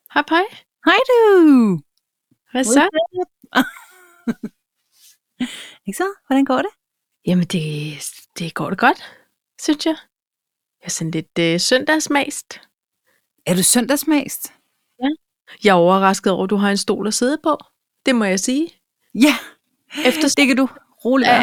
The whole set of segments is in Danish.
Hej, hej. Hej du! Hvad så? Ikke så? Hvordan går det? Jamen, det går det godt, synes jeg. Jeg er sådan lidt søndagsmast. Er du søndagsmast? Ja. Jeg er overrasket over, at du har en stol at sidde på. Det må jeg sige. Ja, Efter det kan du roligt være.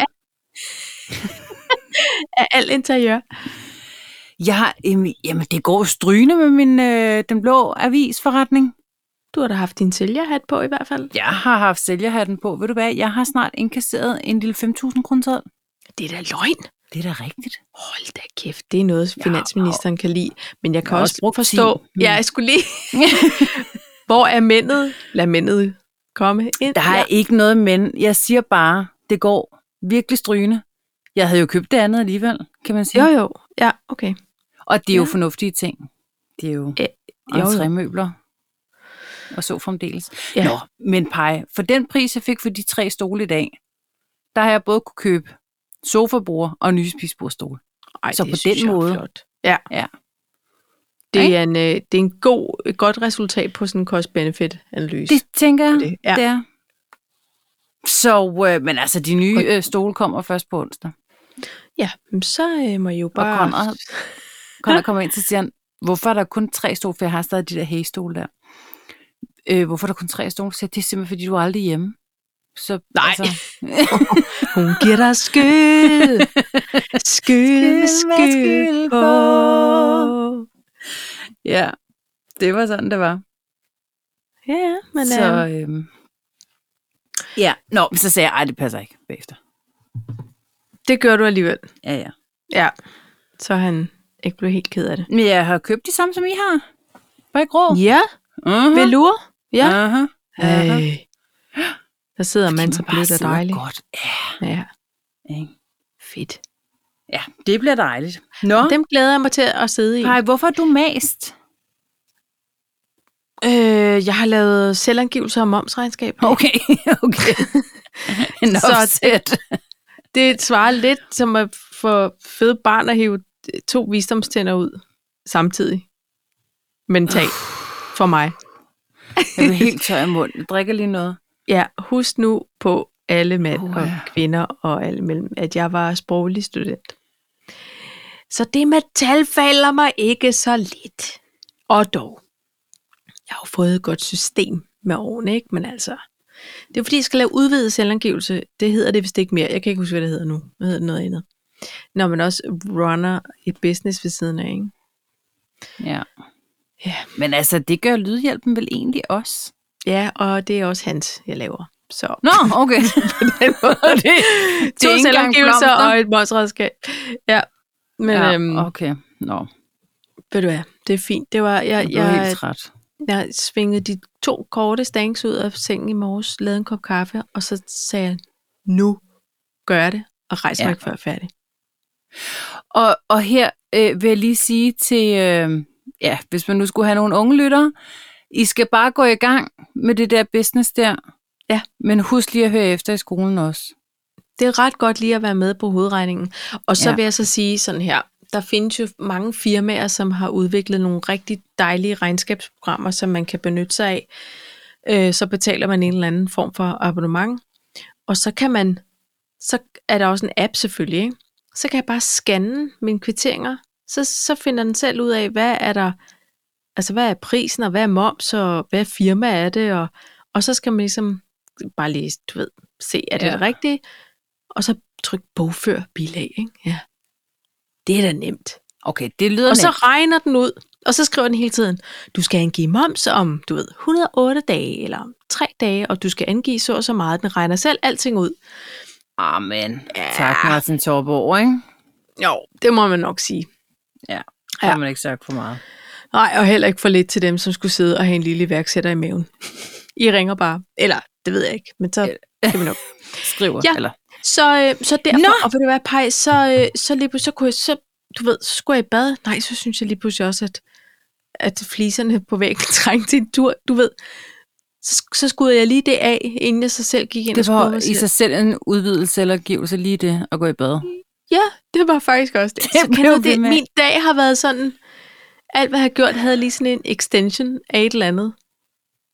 Af alt interiør. Jamen, det går strygende med min Den Blå Avis-forretning. Du har da haft din sælgerhat på i hvert fald. Jeg har haft sælgerhatten på. Ved du hvad? Jeg har snart indkasseret en lille 5.000 kroner. Det er da løgn. Det er da rigtigt. Hold da kæft, det er noget, finansministeren kan lide. Men jeg kan jeg også forstå... Ja, jeg skulle lige... Hvor er mændet? Lad mændet komme ind. Der er ikke noget men. Jeg siger bare, det går virkelig strygende. Jeg havde jo købt det andet alligevel, kan man sige. Jo. Ja, okay. Og det er jo fornuftige ting. Det er jo entrémøbler og så fremdeles. Ja. Nå, men Paj, for den pris, jeg fik for de 3 stole i dag, der har jeg både kunne købe sofabord og nye spisebordstol. Så på den måde. Flot. Ja. Det er et godt resultat på sådan en cost-benefit-analyse. Det tænker jeg, det er. Så, men altså, de nye stole kommer først på onsdag. Ja, så må I jo bare... Og Conrad kommer ind, så siger han, hvorfor er der kun 3 stole, for jeg har stadig de der hægestole der. Hvorfor er der kun 3 stole? Så det er simpelthen, fordi du er aldrig hjemme. Så, nej. Altså... Hun giver dig skyld. Skyld på. Ja, det var sådan, det var. Ja, men... Så, ja, så sagde jeg, det passer ikke bagefter. Det gør du alligevel. Ja. Ja, så han ikke blev helt ked af det. Men jeg har købt de samme, som I har. Bare ikke rå. Ja, velour. Ja. Hey. Der sidder man så blødt og dejligt. Godt. Ja. Ja. Fedt. Ja, det bliver dejligt. Nå. Dem glæder jeg mig til at sidde i. Hej, hvorfor er du mast? Jeg har lavet selvangivelser og momsregnskab. Okay. Så det svarer lidt som at få fede barn at hive 2 visdomstænder ud samtidig. Mentalt. For mig. Jeg er helt tør i munden. Jeg drikker lige noget. Ja, husk nu på alle mænd og kvinder og alle mellem, at jeg var sproglig student. Så det med tal falder mig ikke så lidt. Og dog. Jeg har jo fået et godt system med årene, ikke? Men altså, det er fordi, jeg skal lave udvidet selvangivelse. Det hedder det vist ikke mere. Jeg kan ikke huske, hvad det hedder nu. Hvad hedder det noget andet? Når man også runner et business ved siden af, ikke? Ja. Men altså, det gør Lydhjælpen vel egentlig også? Ja, og det er også hans, jeg laver. Så. Nå, okay. På den måde. Det 2 selvangivelser og et momsregnskab. Ja. Men, okay. Ved du hvad, det er fint. Det var, jeg er helt træt. Jeg svingede de 2 korte stangs ud af sengen i morges, lavede en kop kaffe, og så sagde jeg, nu gør jeg det, og rejser mig ikke før jeg er færdig. Og her vil jeg lige sige til, hvis man nu skulle have nogle unge lyttere, I skal bare gå i gang med det der business der. Ja. Men husk lige at høre efter i skolen også. Det er ret godt lige at være med på hovedregningen. Og så vil jeg så sige sådan her, der findes jo mange firmaer, som har udviklet nogle rigtig dejlige regnskabsprogrammer, som man kan benytte sig af. Så betaler man en eller anden form for abonnement. Og så kan man, så er der også en app selvfølgelig, ikke? Så kan jeg bare scanne mine kvitteringer. Så finder den selv ud af, hvad er der, altså hvad er prisen, og hvad er moms, og hvad firma er det, og så skal man ligesom bare lige, se, er det det rigtige? Og så tryk bogfør bilag, ikke? Ja. Det er da nemt. Okay, det lyder nemt. Og så regner den ud, og så skriver den hele tiden, du skal angive moms om, 108 dage, eller om 3 dage, og du skal angive så og så meget. Den regner selv alting ud. Amen. Ja. Tak, Martin Thorborg, ikke? Jo, det må man nok sige. Ja, det har man ikke sagt for meget. Nej, og heller ikke for lidt til dem, som skulle sidde og have en lille iværksætter i maven. I ringer bare. Eller, det ved jeg ikke, men så kan vi nok. Skriver, eller? Så derfor, og for det var Paj, så lige pludselig, så skulle jeg i bad. Nej, så synes jeg lige pludselig også, at fliserne på væggen trængte en tur, så skudde jeg lige det af, inden jeg så selv gik ind det var i sig selv en udvidelse eller givelse lige det at gå i bad. Ja, det var faktisk også det. Så min dag har været sådan, alt hvad jeg har gjort, havde lige sådan en extension af et eller andet.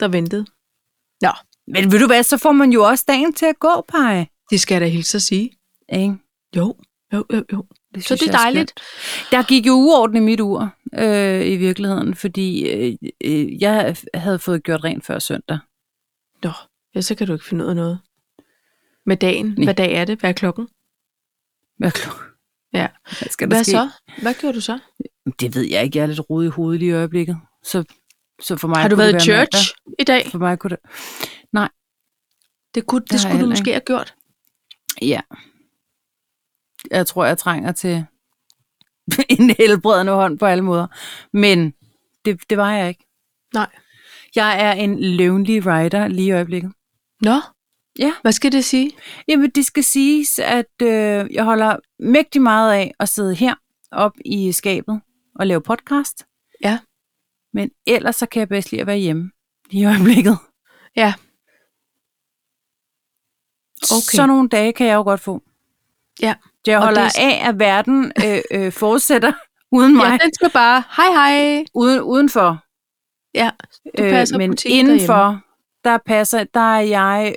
der ventede. Nå, Men ved du hvad, så får man jo også dagen til at gå, Paj. det skal jeg da hilse at sige. Ikke? Jo. Det Så det er dejligt. Der gik jo uorden i mit ur, i virkeligheden, fordi jeg havde fået gjort rent før søndag. Nå, ja, så kan du ikke finde ud af noget. Med dagen. Nej. Hvad dag er det? Hvad er klokken? Hvad er klokken? Ja. Hvad skal der Hvad ske? så? Hvad gjorde du så? Det ved jeg ikke. Jeg er lidt rodet i hovedet lige i øjeblikket. Så for mig Har du kunne været det i være church mandag. i dag? For mig kunne det... Nej. Det har jeg skulle du heller måske have gjort. Ja. Jeg tror, jeg trænger til en helbredende hånd på alle måder. Men det var jeg ikke. Nej. Jeg er en lonely rider lige i øjeblikket. Nå, Ja. hvad skal det sige? Jamen, det skal siges, at jeg holder mægtig meget af at sidde her op i skabet og lave podcast. Ja. Men ellers så kan jeg bedst lide at være hjemme lige i øjeblikket. Ja. Okay. Så nogle dage kan jeg jo godt få. Ja. Jeg Og holder det af, at verden fortsætter uden mig. Ja, den skal bare, hej. Udenfor. Ja, du passer men butikken indenfor, der er jeg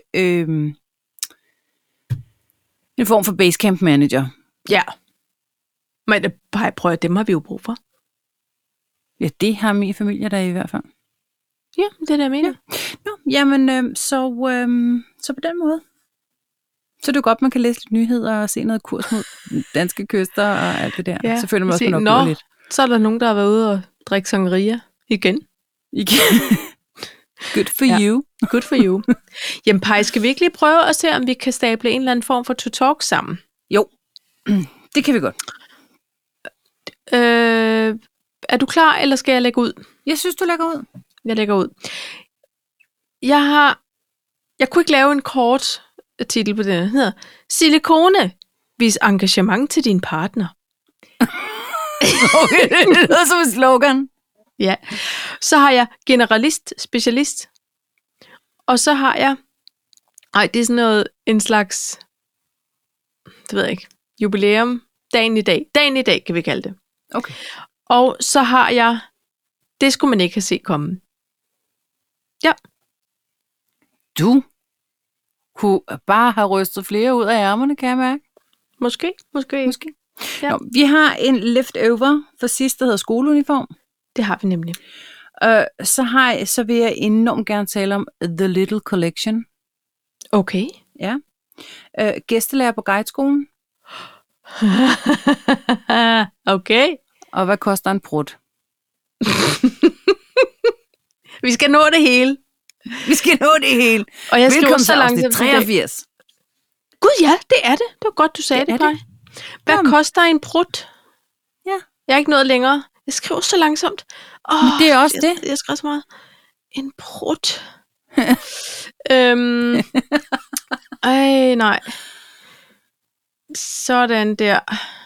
en form for basecamp manager. Ja. Men prøv at dem har vi jo brug for. Ja, det har min familie der i hvert fald. Ja, det er det, jeg mener. Nå, jamen, så på den måde. Så er det jo godt, man kan læse lidt nyheder og se noget kurs mod danske kyster og alt det der. Ja, Så føler man også, se, man oplever lidt. Så er der nogen, der har været ude og drikke sangria igen. Good for you. Good for you. Jamen, Paj, skal vi ikke lige prøve at se, om vi kan stable en eller anden form for to-talk sammen? Jo, det kan vi godt. Er du klar, eller skal jeg lægge ud? Jeg synes, du lægger ud. Jeg lægger ud. Jeg kunne ikke lave en kort titel på den. Den hedder Silikone. Vis engagement til din partner. Okay, det lyder som en slogan. Ja. Så har jeg generalist, specialist. Og så har jeg... det er sådan noget, en slags... Det ved jeg ikke. Jubilæum. Dagen i dag. Dagen i dag, kan vi kalde det. Okay. Og så har jeg... Det skulle man ikke have set komme. Ja. Du kunne bare have rystet flere ud af ærmerne, kan jeg mærke. Måske. Ja. Nå, vi har en leftover for sidst, der hedder skoleuniform. Det har vi nemlig. Så vil jeg enormt gerne tale om The Little Collection. Okay. Ja. Gæstelærer på guideskolen. Okay. Og hvad koster en prut? Vi skal nå det hele. Vi skal nå det hele. Og jeg skriver Velkommen så til langt. afsnit 83. Gud ja, det er det. Det var godt, du sagde Det er det, Paj. Hvad Jamen. koster en prut? Ja. Jeg er ikke nået længere. Jeg skriver så langsomt. Men det er også det. Jeg skriver så meget. En prut. Nej. Sådan der.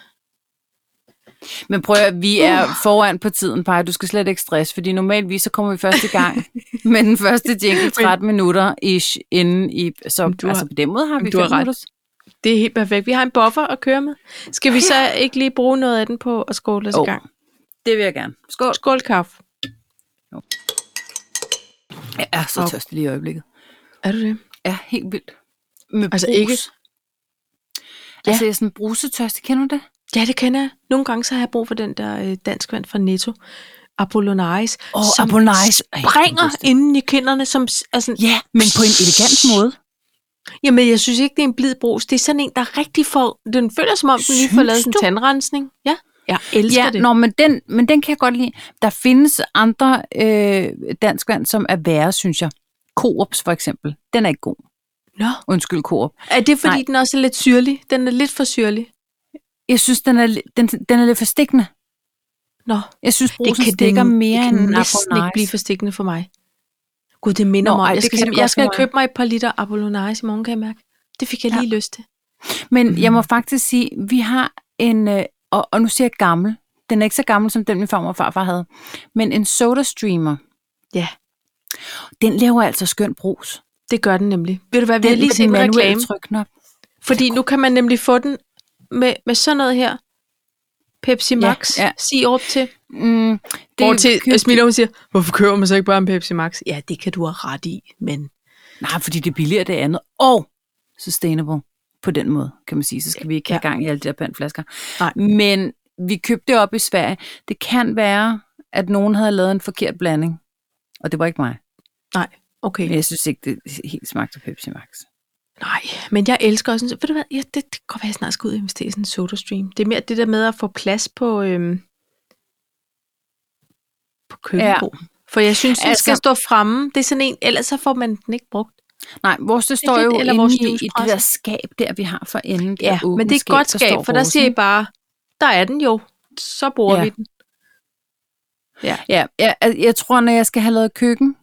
Men prøv at, vi er foran på tiden, Paj. Du skal slet ikke stress, fordi normalvis så kommer vi først i gang med den første jingle 13 minutter ish inden i... Så altså på den måde har vi 5 minutter. Det er helt perfekt. Vi har en buffer at køre med. Skal vi så ikke lige bruge noget af den på at skåle os i gang? Det vil jeg gerne. Skål. Skål kaffe. Jo. Jeg er så tørstig lige i øjeblikket. Er du det? Ja, helt vildt. Med altså brus. ikke... Ja. Altså jeg er sådan brusetørstig. Kender du det? Ja, det kender jeg. Nogle gange så har jeg brug for den der dansk vand fra Netto. Apollinaris. Som Apollinaris. springer inden i kinderne. Som, altså, ja, men på en elegant måde. Jamen, jeg synes ikke, det er en blid brus. Det er sådan en, der rigtig får... Den føler som om, den lige får lavet en tandrensning. Ja, jeg elsker det. Nå, men den kan jeg godt lide. Der findes andre dansk vand, som er værre, synes jeg. Coops for eksempel. Den er ikke god. Nå. Undskyld, Coop. Er det, fordi den også er lidt syrlig? Den er lidt for syrlig. Jeg synes, den er lidt for stikkende. Nå. Jeg synes, brusen stikker mere end det kan næsten ikke blive for stikkende for mig. Gud, det minder mig. Jeg skal købe mig et par liter Apollinaris i morgen, kan jeg mærke. Det fik jeg lige lyst til. Men jeg må faktisk sige, vi har en, og nu siger jeg gammel, den er ikke så gammel, som den min farmor og farfar havde, men en Soda Streamer. Ja. Den laver altså skøn brus. Det gør den nemlig. Ved du hvad, vi har lige set en reklame. Fordi nu kan man nemlig få den med sådan noget her. Pepsi Max, Ja. sig op til. Det til smiler og siger, hvorfor kører man så ikke bare en Pepsi Max? Ja, det kan du have ret i, men... Nej, fordi det er billigere det andet, og sustainable på den måde, kan man sige. Så skal vi ikke have gang i alle de der pandflasker. Nej. Men vi købte det op i Sverige. Det kan være, at nogen havde lavet en forkert blanding, og det var ikke mig. Nej, okay. Men jeg synes ikke, det helt smagte Pepsi Max. Nej, men jeg elsker også... Ved du hvad? Ja, det kan godt være, jeg snart skal ud og investere i sådan en SodaStream. Det er mere det der med at få plads på køkkenbordet. Ja. For jeg synes, den skal stå fremme. Det er sådan en, ellers så får man den ikke brugt. Nej, det står jo inde i det der skab, der vi har for enden. Ja, men det er et godt skab, for der siger I bare, der er den jo, så bruger vi den. Ja, jeg tror, når jeg skal have lavet køkken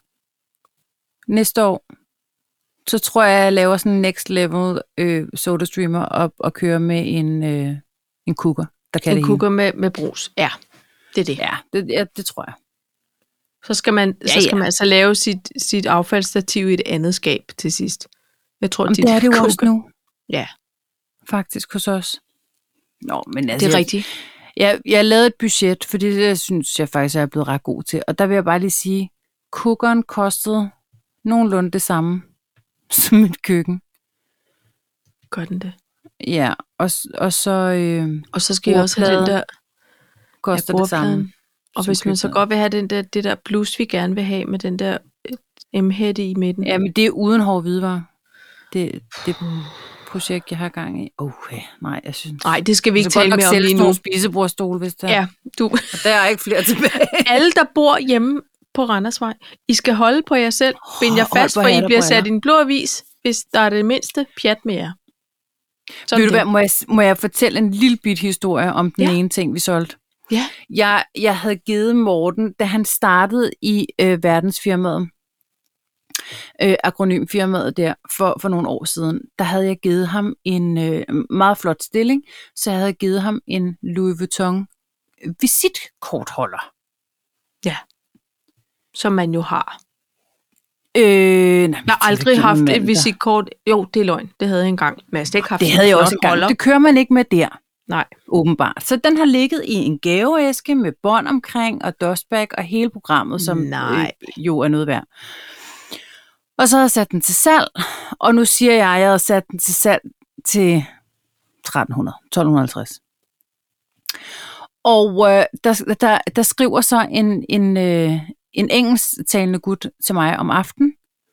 næste år, så tror jeg laver sådan en next level SodaStreamer op og kører med en cooker. Der kan en cooker med brus, ja. Det er det. Ja, det tror jeg. Så skal man altså lave sit affaldsstativ i et andet skab til sidst. Jeg tror, det er det jo også nu. Ja. Faktisk hos os. Nå, men altså... Det er rigtigt. Jeg lavede et budget, for det synes jeg faktisk, jeg er blevet ret god til. Og der vil jeg bare lige sige, cookeren kostede nogenlunde det samme som et køkken. Gør den det? Ja, og så... og så skal jeg også have den der... Koster det samme. Og hvis man så godt vil have det der blus, vi gerne vil have, med den der M-hætte i midten. Ja, men det er uden hård hvidvarer. Det projekt, jeg har gang i. Nej, jeg synes... Nej, det skal vi ikke tale mere om lige nu. Spisebordstol, hvis der... Ja, Og der er ikke flere tilbage. Alle, der bor hjemme på Randersvej, I skal holde på jer selv. Bind jer fast, for I bliver sat i en blå avis, hvis der er det mindste pjat med jer. Ved du hvad, må jeg fortælle en lille bit historie om den ene ting, vi solgte? Ja. Jeg havde givet Morten, da han startede i verdensfirmaet, akronymfirmaet der, for nogle år siden, der havde jeg givet ham en meget flot stilling, så jeg havde givet ham en Louis Vuitton visitkortholder. Ja, som man jo har. Jeg har aldrig haft et visitkort. Jo, det er løgn. Det havde jeg engang. Men jeg ikke haft det havde jeg også engang. Holder. Det kører man ikke med der. Nej. Åbenbart. Så den har ligget i en gaveæske med bånd omkring og dustbag og hele programmet, som jo er noget værd. Og så har jeg sat den til salg, og nu siger jeg har sat den til salg til 1250. Og der skriver så en engelsktalende gut til mig om aftenen,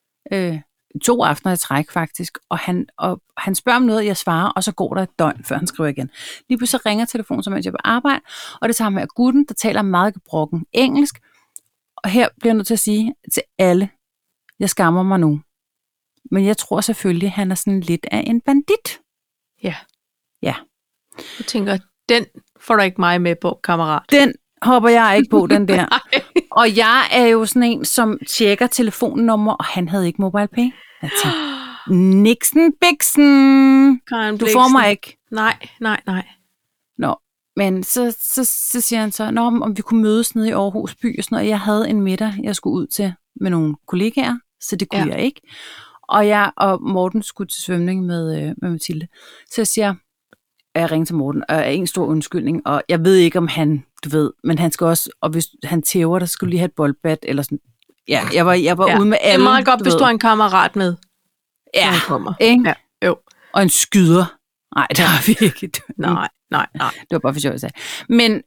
2 aftener i træk faktisk, og han spørger om noget, jeg svarer, og så går der et døgn, før han skriver igen. Lige pludselig ringer telefonen, så mens jeg er på arbejde, og det tager med gutten, der taler meget gebrokken engelsk, og her bliver jeg nødt til at sige til alle, jeg skammer mig nu, men jeg tror selvfølgelig, han er sådan lidt af en bandit. Ja. Ja. Jeg tænker, den får du ikke mig med på, kammerat. Den hopper jeg ikke på, den der. Og jeg er jo sådan en, som tjekker telefonnummer, og han havde ikke MobilePay. Jeg tænkte, Nixon Bixen, du får mig ikke. Nej. Nå, men så siger han så, om vi kunne mødes nede i Aarhus by og sådan noget. Jeg havde en middag, jeg skulle ud til med nogle kollegaer, så det kunne jeg ikke. Og jeg og Morten skulle til svømning med Mathilde. Så jeg siger, jeg ringer til Morten, og er en stor undskyldning, og jeg ved ikke, om han, du ved, men han skal også, og hvis han tæver, der skulle lige have et boldbat, eller sådan. Ja, jeg var ude med alle. Det er meget godt, hvis du har en kammerat med, når han kommer. Ikke? Ja, jo. Og en skyder. Nej, det har vi ikke. Nej. Det var bare for sjovt, jeg sagde.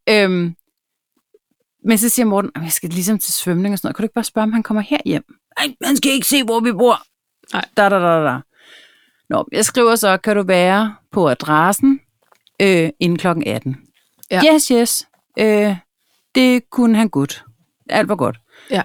Men så siger Morten, jeg skal ligesom til svømning og sådan noget. Kan du ikke bare spørge, om han kommer her hjem? Nej, han skal ikke se, hvor vi bor. Nej. Da. Nå, jeg skriver så, kan du være på adressen inden klokken 18? Ja. Yes. Det kunne han godt. Alt var godt. Ja.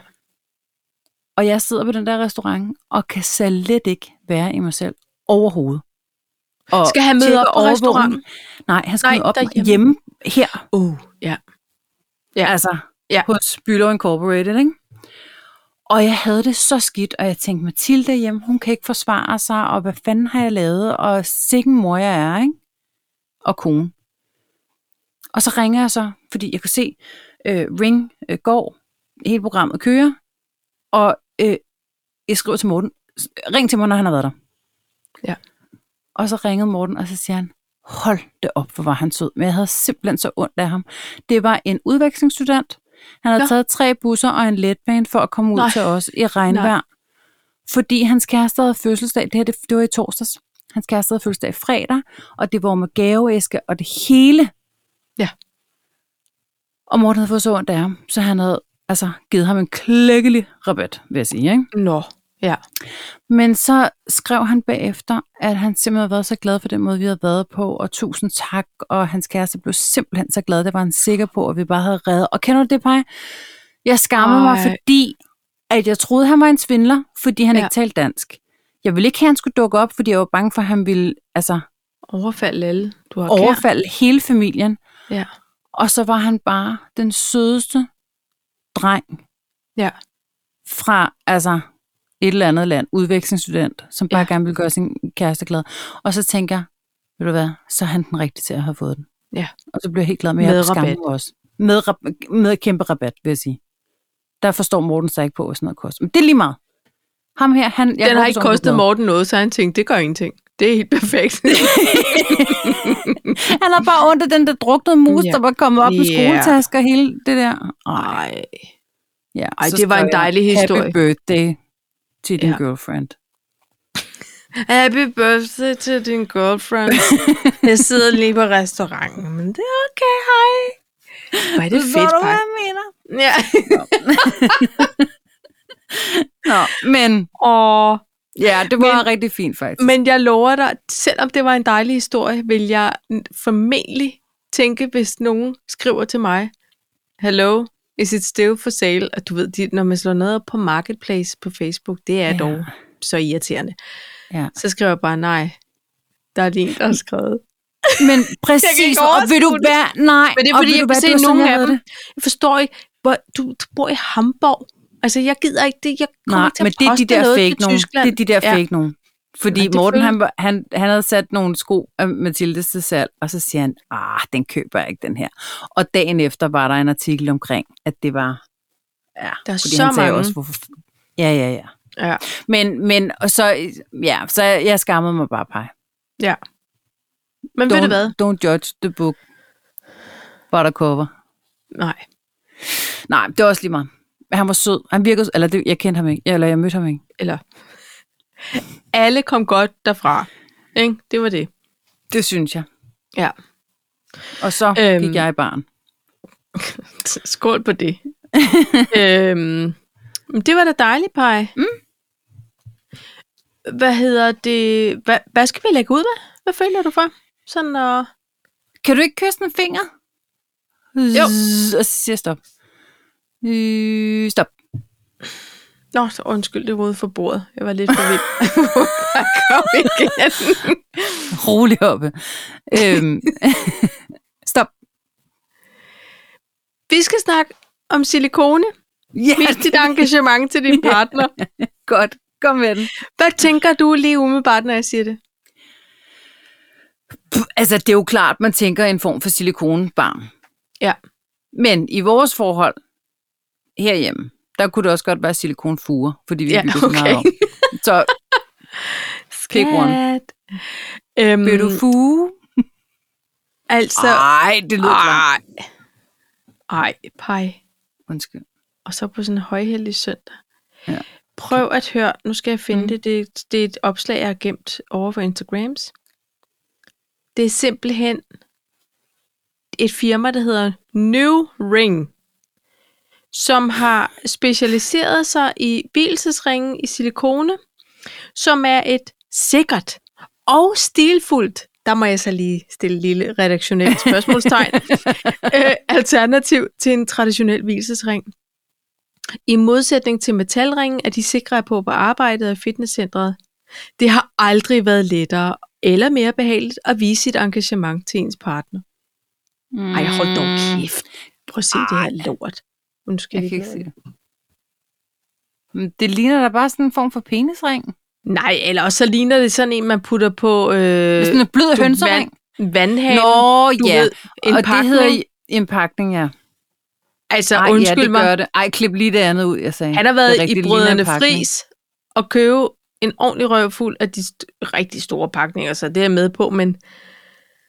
Og jeg sidder på den der restaurant, og kan slet ikke være i mig selv overhovedet. Og skal han møde op på restauranten? Nej, han skal møde op hjemme her. Ja. Altså, hos Bülow Incorporated, ikke? Og jeg havde det så skidt, og jeg tænkte, Mathilde hjemme, hun kan ikke forsvare sig, og hvad fanden har jeg lavet, og sikken mor jeg er, ikke? Og kone. Og så ringer jeg så, fordi jeg kan se, Ring går, hele programmet kører, og jeg skriver til Morten, ring til mig, når han har været der. Ja. Og så ringede Morten, og så siger han, hold det op, hvor var han sød. Men jeg havde simpelthen så ondt af ham. Det var en udvekslingsstudent. Han havde taget 3 busser og en letbane for at komme ud til os i regnvejr. Fordi hans kæreste havde fødselsdag. Det var i torsdags. Hans kæreste havde fødselsdag i fredag, og det var med gaveæske og det hele. Ja. Og Morten havde fået så ondt af ham, så han havde givet ham en klækkelig rabat, vil jeg sige. Ikke? Nå, ja. Men så skrev han bagefter, at han simpelthen havde været så glad for den måde, vi havde været på, og 1000 tak, og hans kæreste blev simpelthen så glad, det var han sikker på, at vi bare havde reddet. Og kender du det, Paj? Jeg skammede mig, fordi at jeg troede, han var en svindler, fordi han ikke talte dansk. Jeg ville ikke have, han skulle dukke op, fordi jeg var bange for, at han ville overfalde alle. Overfalde hele familien. Ja. Og så var han bare den sødeste dreng. Ja. Fra et eller andet land, udvekslingsstudent, som bare gerne ville gøre sin kæreste glad. Og så tænker jeg, ved du hvad, så er han den rigtige til at have fået den. Ja. Og så blev jeg helt glad med, at jeg skammer også. Med kæmpe rabat, vil jeg sige. Der forstår Morten sig ikke på, hvad sådan noget koster. Men det er lige meget. Ham her, den har ikke kostet Morten noget, så han tænkte, det gør ingenting. Det er helt perfekt. Han har bare ondt af den der druknede mus, der var kommet op med skoletasker og hele det der. Ej. Ja, ej, det var en dejlig historie. Happy birthday til din girlfriend. Happy birthday til din girlfriend. Jeg sidder lige på restauranten, men det er okay, hej. Hvor er det fedt, hvad jeg mener? Ja. Nå, men... Ja, det var rigtig fint, faktisk. Men jeg lover dig, selvom det var en dejlig historie, vil jeg formentlig tænke, hvis nogen skriver til mig, hello, is it still for sale? Og du ved, når man slår noget op på Marketplace på Facebook, det er dog så irriterende. Ja. Så skriver jeg bare, nej, der er lige en, der har skrevet. Men præcis, og vil du være... Nej, men det er fordi, jeg kan se nogle af dem. Jeg forstår ikke, du bor i Hamburg. Altså, jeg gider ikke det. Jeg kommer ikke til at poste noget til Tyskland. Det er de der fake nogen. Fordi Morten, han havde sat nogle sko af Mathildes til salg, og så siger han, den køber jeg ikke, den her. Og dagen efter var der en artikel omkring, at det var... Ja, der er så mange. Også, ja. Men så jeg skammede mig bare, Paj. Ja. Men ved du hvad? Don't judge the book by the cover. Nej, det var også lige meget. Han var sød. Han virkede, jeg kendte ham ikke, eller jeg mødte ham ikke. Eller alle kom godt derfra. Ikke? Det var det. Det synes jeg. Ja. Og så gik jeg i baren. Skål på det. Det var da dejligt, Paj. Hvad hedder det? Hvad skal vi lægge ud med? Hvad føler du for? Sådan Kan du ikke kysse en finger? Jo. Og så siger stop. Stop. Nå, så undskyld, det var ude for bordet. Jeg var lidt for vild. Kom igen. Rolig oppe. Stop. Vi skal snakke om silikone. Vis dit engagement til din partner. Godt, kom med den. Hvad tænker du lige umiddelbart, når jeg siger det? Altså, det er jo klart, man tænker en form for silikonbarn. Ja. Men i vores forhold herhjemme, der kunne det også godt være silikonfuger, fordi vi bygger så meget om. Så, pick one. Vil du fuge? Altså... Ej, det lyder klart. Ej, Paj. Undskyld. Og så på sådan en højheldig søndag. Ja. Prøv at høre, nu skal jeg finde det. Det er et opslag, jeg har gemt over for Instagrams. Det er simpelthen et firma, der hedder New Ring, som har specialiseret sig i vielsesringen i silikone, som er et sikkert og stilfuldt, der må jeg så lige stille et lille redaktionelt spørgsmålstegn, alternativ til en traditionel vielsesring. I modsætning til metalringen er de sikre på arbejdet og fitnesscentret. Det har aldrig været lettere eller mere behageligt at vise sit engagement til ens partner. Ej, hold dog kæft. Prøv at se det her lort. Undskyld. Jeg kan ikke se det. Men det ligner da bare sådan en form for penisring. Nej, eller også så ligner det sådan en, man putter på... sådan en blød hønsering. Vandhanen. Nå, ja. Ved, en og pakning. Det hedder en pakning, ja. Altså, undskyld mig. Gør det. Ej, klip lige det andet ud, jeg sagde. Han har været i Brødrene Friis og købe en ordentlig røv fuld af de rigtig store pakninger, så det er jeg med på, men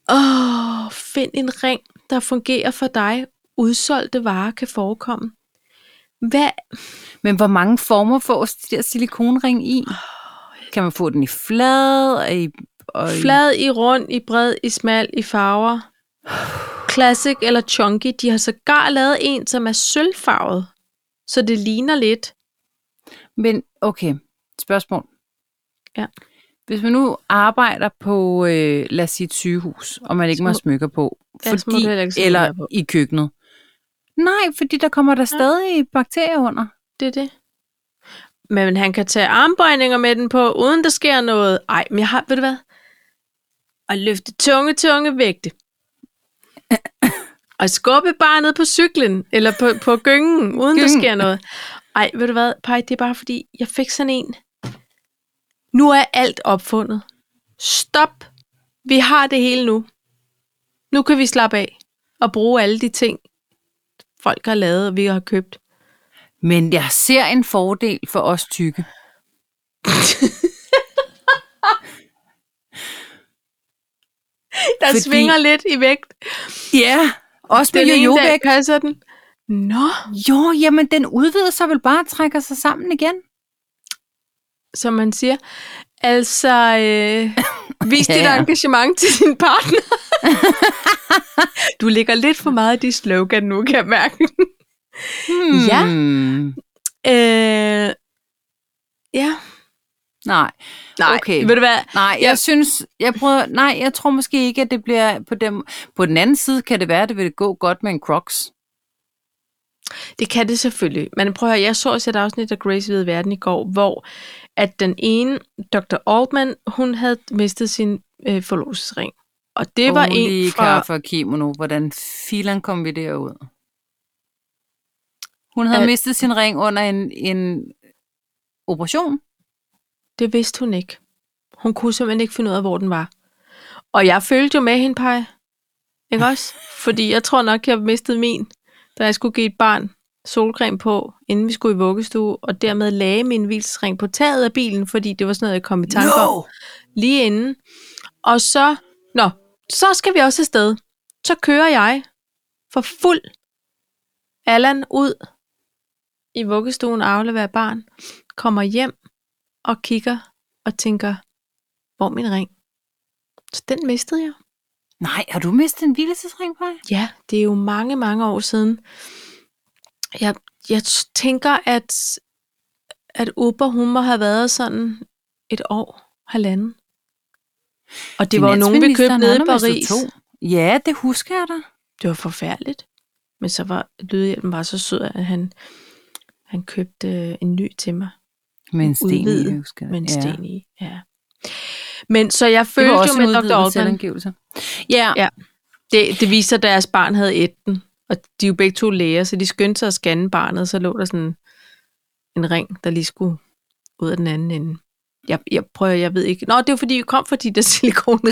Find en ring, der fungerer for dig. Udsolgte varer kan forekomme. Hvad? Men hvor mange former fås de der silikonring i? Kan man få den i flad? Flad, i rund, i bred, i smal, i farver. Classic eller chunky. De har sågar lavet en, som er sølvfarvet. Så det ligner lidt. Men okay, spørgsmål. Ja. Hvis man nu arbejder på, lad os sige et sygehus, og man ikke må have smykker på, fordi, eller på. I køkkenet. Nej, fordi der kommer der stadig bakterier under. Det er det. Men han kan tage armbøjninger med den på, uden der sker noget. Ej, men jeg har, ved du hvad? Og løfte tunge vægte. Og skubbe barnet på cyklen, eller på gyngen, uden der sker noget. Ej, ved du hvad, Paj, det er bare fordi, jeg fik sådan en. Nu er alt opfundet. Stop. Vi har det hele nu. Nu kan vi slappe af og bruge alle de ting, folk har lavet, og vi har købt. Men jeg ser en fordel for os tykke. Der svinger lidt i vægt. Ja, også med jojo-vægt. Passer den. Nå. Jo, jamen den udvider sig vel bare og trækker sig sammen igen. Som man siger. Altså, vis dit engagement til din partner. Du lægger lidt for meget i dit slogan nu, kan jeg mærke. Ja. Ja. Nej, okay. Ved du hvad? Nej, jeg tror måske ikke, at det bliver på dem. På den anden side kan det være, at det vil gå godt med en Crocs. Det kan det selvfølgelig. Men prøv at høre, jeg så også et afsnit af Grace Hvide Verden i går, hvor at den ene, Dr. Altman, hun havde mistet sin forlovelsesring. Og det var en fra... kaffe og kimono. Hvordan filan kom vi derud? Hun havde mistet sin ring under en operation. Det vidste hun ikke. Hun kunne simpelthen ikke finde ud af, hvor den var. Og jeg følte jo med hende, Paj. Ikke også? Fordi jeg tror nok, jeg mistede min, da jeg skulle give et barn solcreme på, inden vi skulle i vuggestue, og dermed lagde min hvilesring på taget af bilen, fordi det var sådan noget, jeg kom i tanke om lige inden. Og så skal vi også afsted. Så kører jeg for fuld Allan ud i vuggestuen og afleverer barn, kommer hjem og kigger og tænker, hvor min ring? Så den mistede jeg. Nej, har du mistet en hvilesesring, Paj? Ja, det er jo mange, mange år siden. Jeg tænker, at Uber, hun må have været sådan et år, halvanden. Og det var jo nogen, vi købte nede i Paris. Ja, det husker jeg da. Det var forfærdeligt. Men så var lydhjælpen bare så sød, at han købte en ny til mig. Med en sten i, husker jeg. Med en sten i, ja. Men så jeg følte jo med Dr. Altman. Ja. Det viser, at deres barn havde ætten. Og de er jo begge to læger, så de skyndte sig at scanne barnet, så lå der sådan en ring, der lige skulle ud af den anden ende. Jeg ved ikke. Nå, det var fordi, vi kom fra de der silikonringe.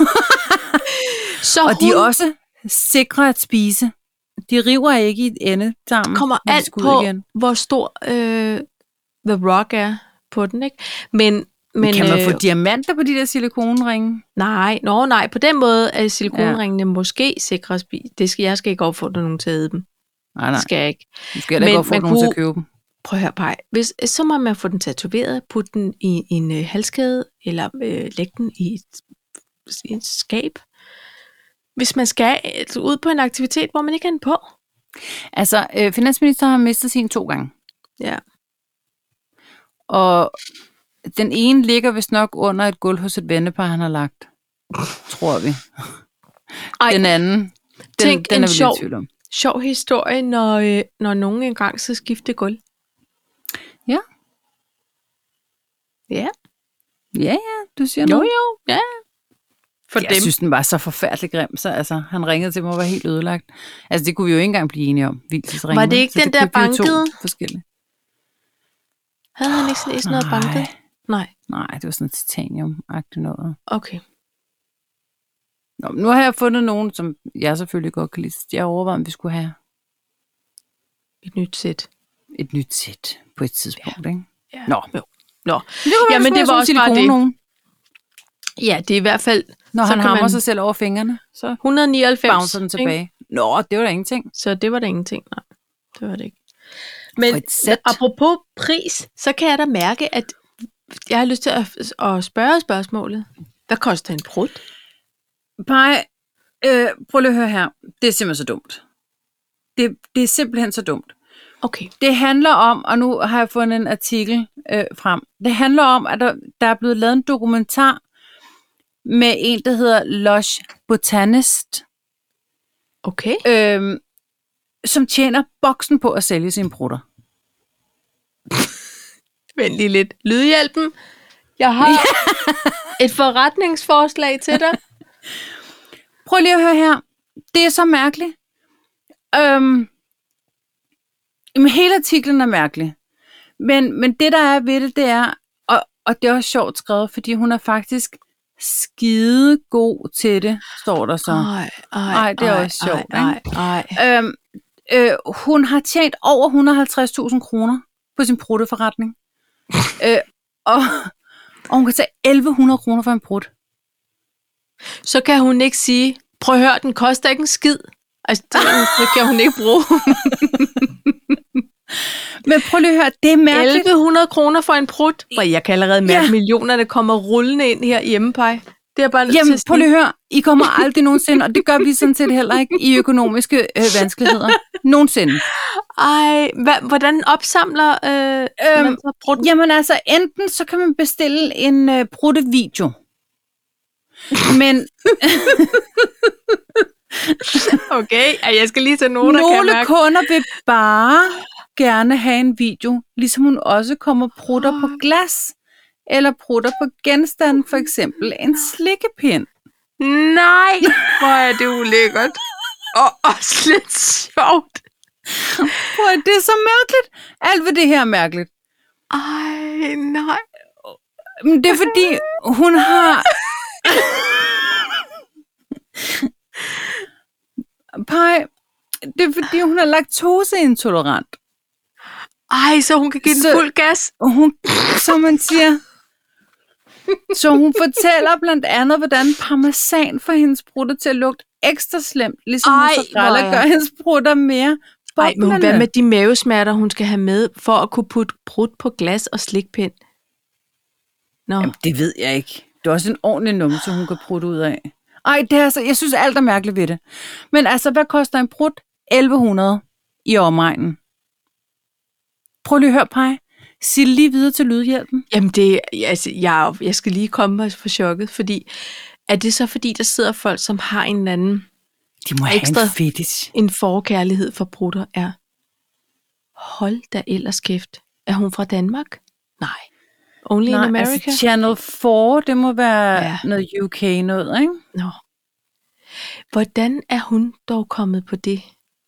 Og de er også sikre at spise. De river ikke i endetarmen. Kommer alt på, igen. Hvor stor The Rock er på den, ikke? Men kan man få diamanter på de der silikonringe? Nej. På den måde er silikonringene måske sikre at spise. Jeg skal ikke opfordre nogen til at æde dem. Nej. Det skal jeg ikke. Du skal ikke opfordre nogen til at købe dem. Prøv at høre, Paj. Så må man få den tatoveret, putte den i en halskæde, eller lægge den i et skab. Hvis man skal ud på en aktivitet, hvor man ikke er den på. Altså, finansministeren har mistet sin 2 gange. Ja. Og den ene ligger vist nok under et gulv hos et vennepar, han har lagt. Tror vi. Den anden, den er vi lidt i tvivl om. Sjov historie, når nogen engang så skifte gulv. Ja. Ja. Ja, du siger noget. Jo, ja. Jeg synes, den var så forfærdelig grim, så altså, han ringede til mig og var helt ødelagt. Altså, det kunne vi jo ikke engang blive enige om. Var det ikke den der bankede? Forskellige. Havde han ikke sådan noget banket? Nej, det var sådan noget titanium-agtigt noget. Okay. Nå, nu har jeg fundet nogen, som jeg selvfølgelig godt kan lide. Jeg overvejede, om vi skulle have et nyt sæt. Et nyt sæt på et tidspunkt, ikke? Ja. Nå. Jamen, det var også bare det. Nogen. Ja, det er i hvert fald Når Så han kan hammer man- sig selv over fingrene, så 199. bouncer den tilbage. Ikke? Nå, det var da ingenting. Så det var da ingenting. Nej, det var det ikke. For Men et sæt. apropos pris, så kan jeg da mærke, at jeg har lyst til at spørge spørgsmålet. Hvad koster en prut? Pej, prøv lige at høre her. Det er simpelthen så dumt. Det er simpelthen så dumt. Okay. Det handler om, og nu har jeg fundet en artikel frem. Det handler om, at der er blevet lavet en dokumentar med en, der hedder Lush Botanist, Okay. som tjener boksen på at sælge sine prutter. Vent lige lidt. Lydhjælpen. Jeg har et forretningsforslag til dig. Prøv lige at høre her. Det er så mærkeligt. Men hele artiklen er mærkelig. Men det, der er ved det, det er, og det er også sjovt skrevet, fordi hun er faktisk skide god til det, står der så. Ej, det er også sjovt, ikke? Hun har tjent over 150.000 kroner på sin prutteforretning. Og hun kan tage 1.100 kroner for en prut. Så kan hun ikke sige, prøv at høre, den koster ikke en skid. Altså, det kan hun ikke bruge. Men prøv lige at høre, det er mærkeligt. 1.100 kroner for en prut. Jeg kan allerede mærke millioner, der kommer rullende ind her hjemme, Paj. Det er bare nødt til Jamen, at prøv lige at høre, I kommer aldrig nogensinde, og det gør vi sådan set heller ikke i økonomiske vanskeligheder. Nogensinde. Ej, hvordan opsamler man så prutten? Jamen altså, enten så kan man bestille en pruttevideo. Men Okay, jeg skal lige tage noter, kan jeg nogle mærke. kunder vil bare gerne have en video, ligesom hun også kommer prutter på glas, eller prutter på genstand, for eksempel en slikkepind. Nej, hvor er det ulækkert. Og også lidt sjovt. Prøv, det er så mærkeligt. Alt ved det her er mærkeligt. Ej, nej. Men det er fordi, hun har... Pej, det er fordi, hun er laktoseintolerant. Ej, så hun kan give den fuld gas. Og hun, som man siger... Så hun fortæller blandt andet, hvordan parmesan får hendes prutter til at lugte ekstra slemt, ligesom mozzarella gør hendes prutter mere boblende. Ej, men hvad med de mavesmerter, hun skal have med, for at kunne putte prut på glas og slikpind? Nå. Jamen, det ved jeg ikke. Det er også en ordentlig numse, hun kan prutte ud af. Ej, det er altså, jeg synes alt er mærkeligt ved det. Men altså, hvad koster en prut? 1.100 i omegnen. Prøv lige at høre, Paj. Sig lige videre til lydhjælpen. Jamen, jeg skal lige komme mig for chokket, fordi er det så fordi, der sidder folk, som har en eller anden De må ekstra have en fetish. en forkærlighed for prutter? Hold da ellers kæft. Er hun fra Danmark? Nej. Only in America? Altså Channel 4, det må være noget UK noget, ikke? Nå. Hvordan er hun dog kommet på det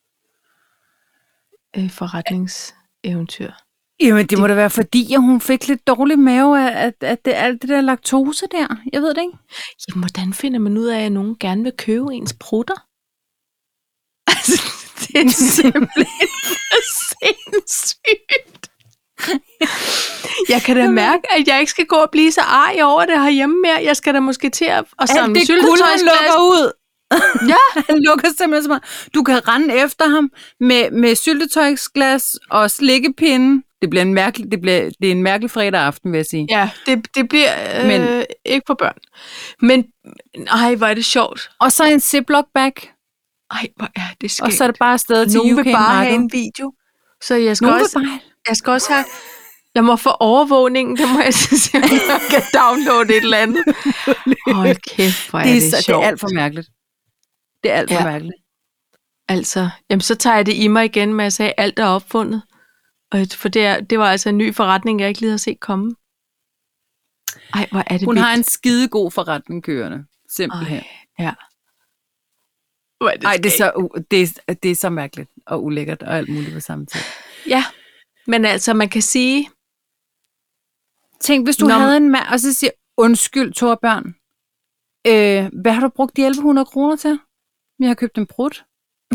forretningseventyr? Jamen, det må da være fordi, at hun fik lidt dårlig mave af alt det der laktose der. Jeg ved det ikke. Jamen, hvordan finder man ud af, at nogen gerne vil købe ens prutter? Altså, det er simpelthen for sindssygt. Jeg kan da mærke, at jeg ikke skal gå og blive så arg over det herhjemme mere. Jeg skal da måske til at samle syltetøjsglas. lukker ud. Ja. Han lukker simpelthen så meget. Du kan rende efter ham med syltetøjsglas og slikkepinde. Det er en mærkelig fredag aften, vil jeg sige. Ja, det bliver ikke for børn. Men, ej, hvor er det sjovt. Og så en Ziploc bag. Ej, hvor er det skægt. Og så er det bare afsted til UK. Nogen vil bare have en video. Så jeg skal også have... Jeg må få overvågningen, det må jeg sige, om jeg kan downloade et eller andet. Hold kæft, hvor er det sjovt. Det er alt for mærkeligt. Det er alt for mærkeligt. Altså, jamen så tager jeg det i mig igen med at sige, at alt er opfundet. For det var altså en ny forretning, jeg ikke lige har set komme. Ej, hvor er det Hun vildt. har en skidegod forretning kørende. Simpelthen. Ja. Hvor er det ej, det er så mærkeligt og ulækkert og alt muligt på samme tid. Ja, men altså, man kan sige... Tænk, hvis du havde en mand, og så siger, undskyld, Torbjørn, hvad har du brugt de 1.100 kroner til? Jeg har købt en prut.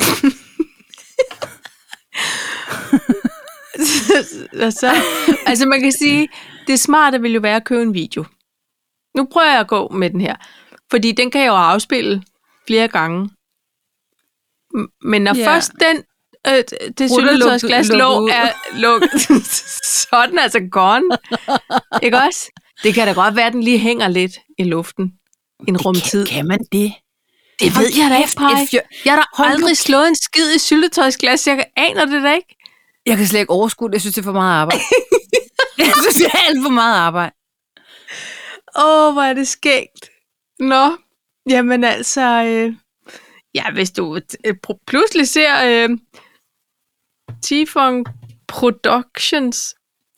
Altså, man kan sige, det smarte vil jo være at købe en video. Nu prøver jeg at gå med den her. Fordi den kan jeg jo afspille flere gange. Men når først det syltetøjsglas er lukket, så er den altså gone. Ikke også? Det kan da godt være, at den lige hænger lidt i luften en rumtid. Kan man det? Det ved jeg da ikke, Paj. Jeg har da aldrig slået en skid i syltetøjsglas. Jeg aner det da ikke. Jeg kan slet ikke overskue det. Jeg synes, det er for meget arbejde. Jeg synes, det er alt for meget arbejde. Hvor er det skægt. Nå, jamen altså... hvis du pludselig ser Tifong Productions...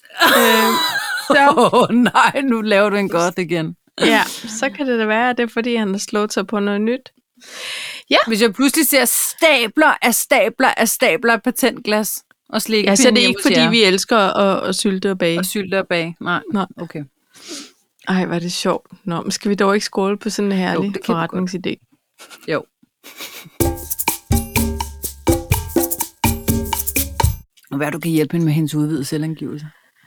nej, nu laver du en godt igen. Ja, så kan det da være, at det er, fordi han har slået sig på noget nyt. Ja. Hvis jeg pludselig ser stabler af patentglas og slikke. Ja, så er det ikke, fordi vi elsker at sylte og bage. Og sylte og bage, nej. Okay. Ej, hvor er det sjovt. Nå, men skal vi dog ikke skåle på sådan en herlig forretningsidé? Jo. Og hvad du kan hjælpe hende med hendes udvidede selvangivelse?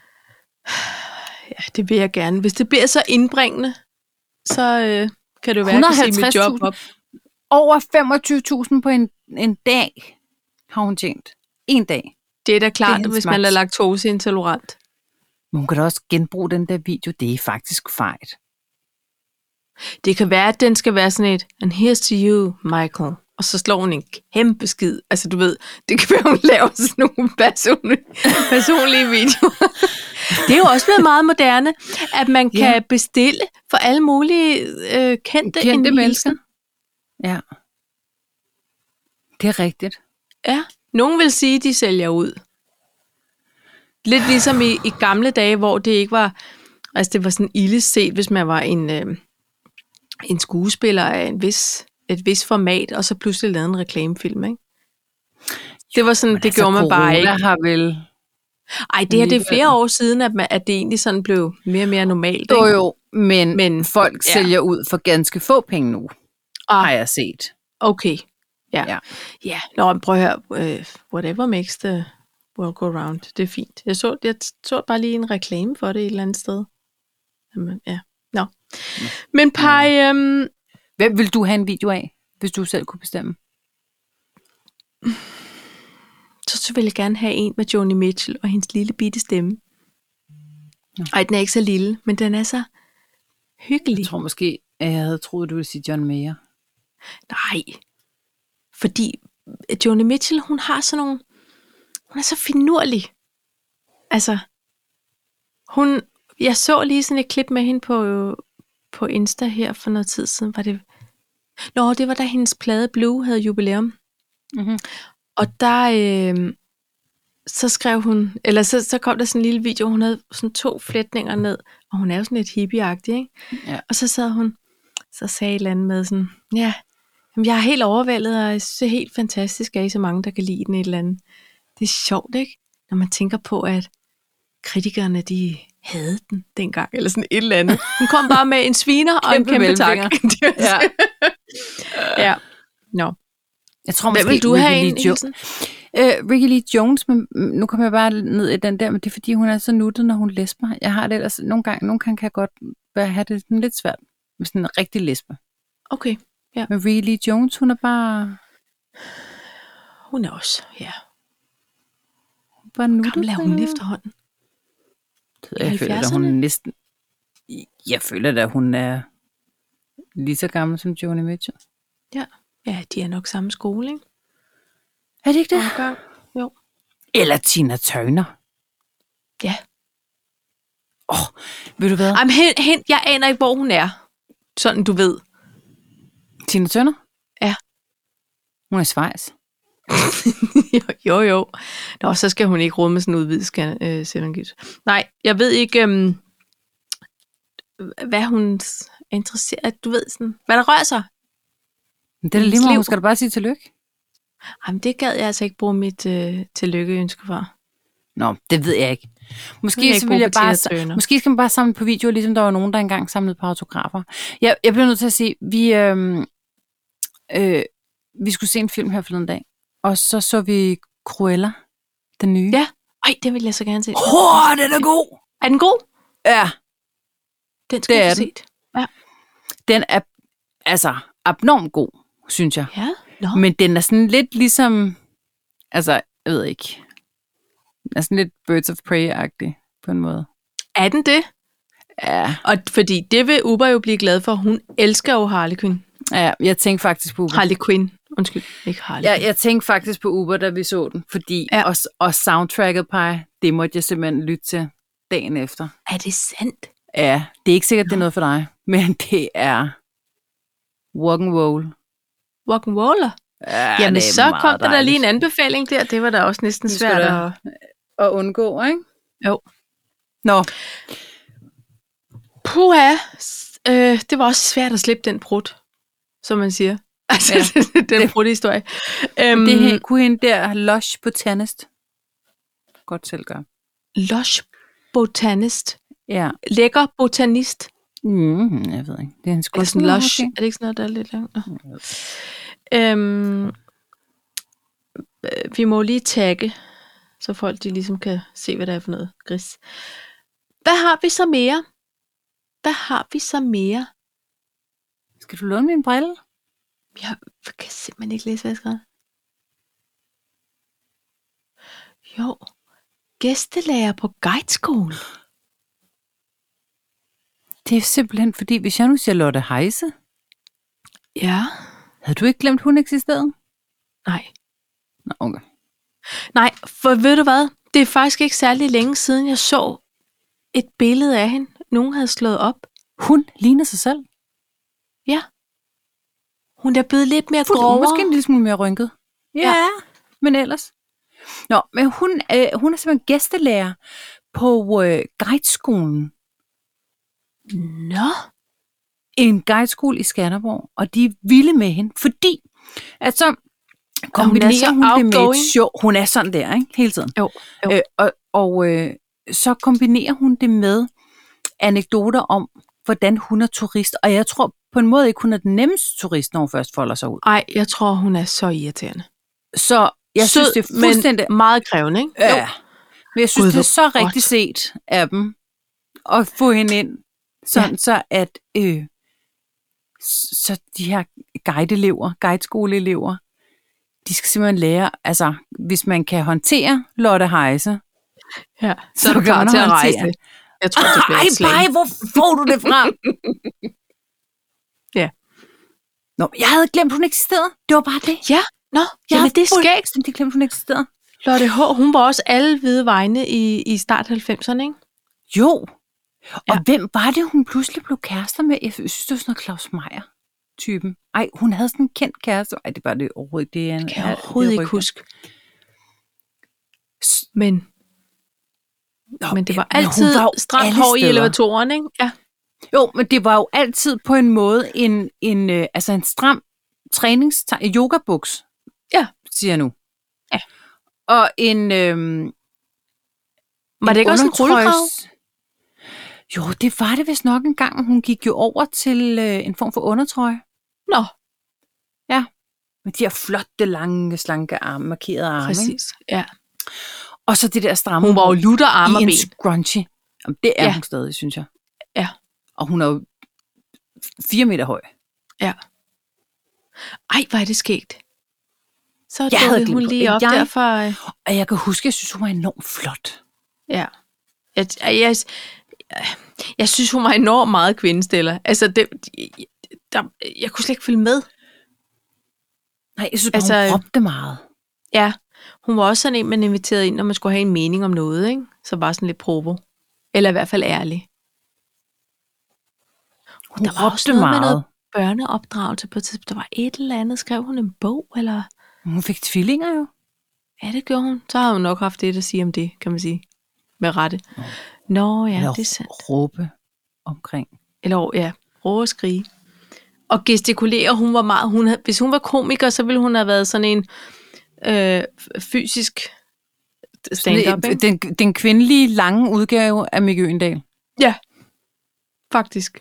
Ja, det vil jeg gerne. Hvis det bliver så indbringende, så kan det jo være, at jeg kan sige mit job op. Over 25.000 på en dag har hun tjent. En dag. Det er da klart, hvis man er laktoseintolerant. Men hun kan da også genbruge den der video. Det er faktisk fejt. Det kan være, at den skal være sådan et, and here's to you, Michael. Og så slår hun en kæmpe skid. Altså, du ved, det kan være, hun laver sådan nogle personlige videoer. Det er jo også blevet meget moderne, at man kan bestille for alle mulige kendte mennesker. Ja. Det er rigtigt. Ja. Nogen vil sige, at de sælger ud. Lidt ligesom i gamle dage, hvor det ikke var... Altså, det var sådan ildes set, hvis man var en skuespiller af et vis format, og så pludselig lavede en reklamefilm, ikke? Det var sådan, det altså, gjorde man bare ikke. Har vel... Ej, det er flere år siden, at det egentlig sådan blev mere og mere normalt. Jo, men folk sælger ud for ganske få penge nu, har jeg set. Okay, ja. Nå, prøv at høre, whatever makes the world go round, det er fint. Jeg så bare lige en reklame for det et eller andet sted. Jamen, ja, nå. Men Paj... Hvem vil du have en video af, hvis du selv kunne bestemme? Så vil jeg gerne have en med Joni Mitchell og hendes lille bitte stemme. Ej, den er ikke så lille, men den er så hyggelig. Jeg tror måske, jeg havde troet, du ville sige John Mayer. Nej, fordi Joni Mitchell, hun har sådan nogle... Hun er så finurlig. Altså, jeg så lige sådan et klip med hende på Insta her for noget tid siden. Det var da hendes plade Blue havde jubilæum. Mm-hmm. Og der, så skrev hun, eller så kom der sådan en lille video, hun havde sådan 2 flætninger ned, og hun er jo sådan lidt hippie-agtig, ikke? Ja. Og så sagde et eller andet med sådan, jamen, jeg er helt overvældet, og jeg synes, det er helt fantastisk, at I er så mange, der kan lide den et eller andet. Det er sjovt, ikke? Når man tænker på, at kritikerne, de havde den dengang, eller sådan et eller andet. Hun kom bare med en sviner og en kæmpe tak. Ja. Nå. Jeg tror måske, du have en Ricky Lee Jones, men nu kommer jeg bare ned i den der, men det er fordi, hun er så nuttet, når hun lesber. Jeg har det ellers, nogle gange kan jeg godt have det sådan lidt svært med sådan en rigtig lesber. Okay, ja. Men Ricky Lee Jones, hun er bare... Hun er også, ja. Bare nuttet. Gammel er hun efterhånden? Jeg føler, at hun er næsten... Jeg føler, at hun er lige så gammel som Joni Mitchell. Ja, de er nok samme skole, ikke? Er det ikke det? Jo. Eller Tina Turner. Ja. Ved du hvad? Jamen, jeg aner ikke, hvor hun er. Sådan, du ved. Tina Turner? Ja. Hun er i Schweiz. jo. Nå, så skal hun ikke råde med sådan en udvidet selvangivelse. Nej, jeg ved ikke, hvad hun er interesseret. Du ved sådan, hvad der rører sig. Det er lige meget, hun skal da bare sige tillykke. Jamen, det gad jeg altså ikke bruge mit tillykke-ønske for. Nå, det ved jeg ikke. Måske skal man bare samle på videoer, ligesom der var nogen, der engang samlede på autografer. Jeg bliver nødt til at sige, vi skulle se en film her forleden dag, og så vi Cruella, den nye. Ja, det vil jeg så gerne se. Den er god! Er den god? Ja. Den skal jeg se. Ja. Den er altså abnormt god, synes jeg. Ja, nå. Men den er sådan lidt ligesom, altså, jeg ved ikke, den er sådan lidt Birds of Prey-agtig på en måde. Er den det? Ja. Og fordi det vil Uber jo blive glad for. Hun elsker jo Harley Quinn. Ja, jeg tænkte faktisk på Uber. Harley Quinn. Undskyld, ikke Harley Quinn. Ja, jeg tænkte faktisk på Uber, da vi så den, fordi og soundtracket på, det måtte jeg simpelthen lytte til dagen efter. Er det sandt? Ja, det er ikke sikkert, det er noget for dig, men det er rock'n'roll. Rock'n'roller? Ja, jamen, så kom der dejligt. lige en anbefaling der. Det var da også næsten svært at undgå, ikke? Jo. Nå. Puha. Det var også svært at slippe den prut, som man siger. Altså, den prut-historie. Det kunne hende der Lush Botanist godt selv gøre. Lush Botanist? Ja. Lækker botanist? Jeg ved ikke. Det er en eller sådan Lush. Er det ikke sådan noget, der er lidt langt? Vi må lige tagge, så folk de ligesom kan se, hvad der er for noget gris. Hvad har vi så mere? Skal du låne min brille? Jeg kan simpelthen ikke læse, hvad jeg skrev. Jo. Gæstelærer på guideskolen. Det er simpelthen fordi, hvis jeg nu siger Lotte Heise. Ja. Havde du ikke glemt, hun eksisterede? Nej. Nå, okay. Nej, for ved du hvad? Det er faktisk ikke særlig længe siden, jeg så et billede af hende. Nogen havde slået op. Hun ligner sig selv. Ja. Hun er blevet lidt mere grovere. Måske en lille smule mere rynket. Ja, men ellers. Nå, men hun er simpelthen gæstelærer på guideskolen. Nå. En guideskole i Skanderborg, og de er vilde med hende, fordi at så kombinerer hun det med et show. Hun er sådan der, ikke? Hele tiden. Jo. Så kombinerer hun det med anekdoter om, hvordan hun er turist. Og jeg tror på en måde ikke, hun er den nemmeste turist, når hun først folder sig ud. Nej, jeg tror, hun er så irriterende. Så jeg synes, det er fuldstændig... men meget krævende, ikke? Ja. Jo. Men jeg synes, det er så rigtig set af dem at få hende ind, sådan så at så de her guideskoleelever, de skal simpelthen lære, altså hvis man kan håndtere Lotte Heise, så er du klar til at rejse. Jeg tror, det bliver et slag. Ej, hvor får du det fra? Ja. Nå, jeg havde glemt, hun eksisterede. Det var bare det. Ja, jamen det er skægt. Jeg glemt, hun eksisterede. Lotte H., hun var også alle hvide vegne i start 90'erne, ikke? Jo. Og hvem var det, hun pludselig blev kærester med? Jeg synes, det var sådan noget Claus Meyer-typen. Ej, hun havde sådan en kendt kæreste. Ej, det var det overhovedet. Det kan jeg overhovedet ikke huske. Men det var altid stramt hår i elevatoren, ikke? Ja. Jo, men det var jo altid på en måde en stram yogabuks. Ja, siger jeg nu. Ja. Og en var det ikke også en rullekrav? Jo, det var det vist nok en gang. Hun gik jo over til en form for undertrøje. Nå. Ja. Med de her flotte, lange, slanke arme, markerede arme. Præcis, ja. Og så det der stramme. Hun var jo lutter arme og ben. I en scrunchie. Jamen, det er hun stadig, synes jeg. Ja. Og hun er jo 4 meter høj. Ja. Ej, hvor er det skægt. Så jeg havde hun lige op derfra. Og jeg kan huske, jeg synes, hun var enormt flot. Ja. Jeg synes, hun var enormt meget kvindestiller. Altså, jeg kunne slet ikke følge med. Nej, jeg synes bare, hun råbte meget. Ja, hun var også sådan en, man inviterede ind, når man skulle have en mening om noget, ikke? Så var sådan lidt provo. Eller i hvert fald ærlig. Hun der var også noget med noget børneopdragelse på et tidspunkt. Der var et eller andet. Skrev hun en bog, eller? Hun fik tvillinger jo. Ja, det gjorde hun. Så har hun nok haft det at sige om det, kan man sige. Med rette. Nå ja, det er sandt. Råbe omkring. Eller råbe og skrige. Og gestikulere, hun var meget... hvis hun var komiker, så ville hun have været sådan en fysisk stand-up. Den kvindelige lange udgave af Mikke Øgendahl. Ja, faktisk.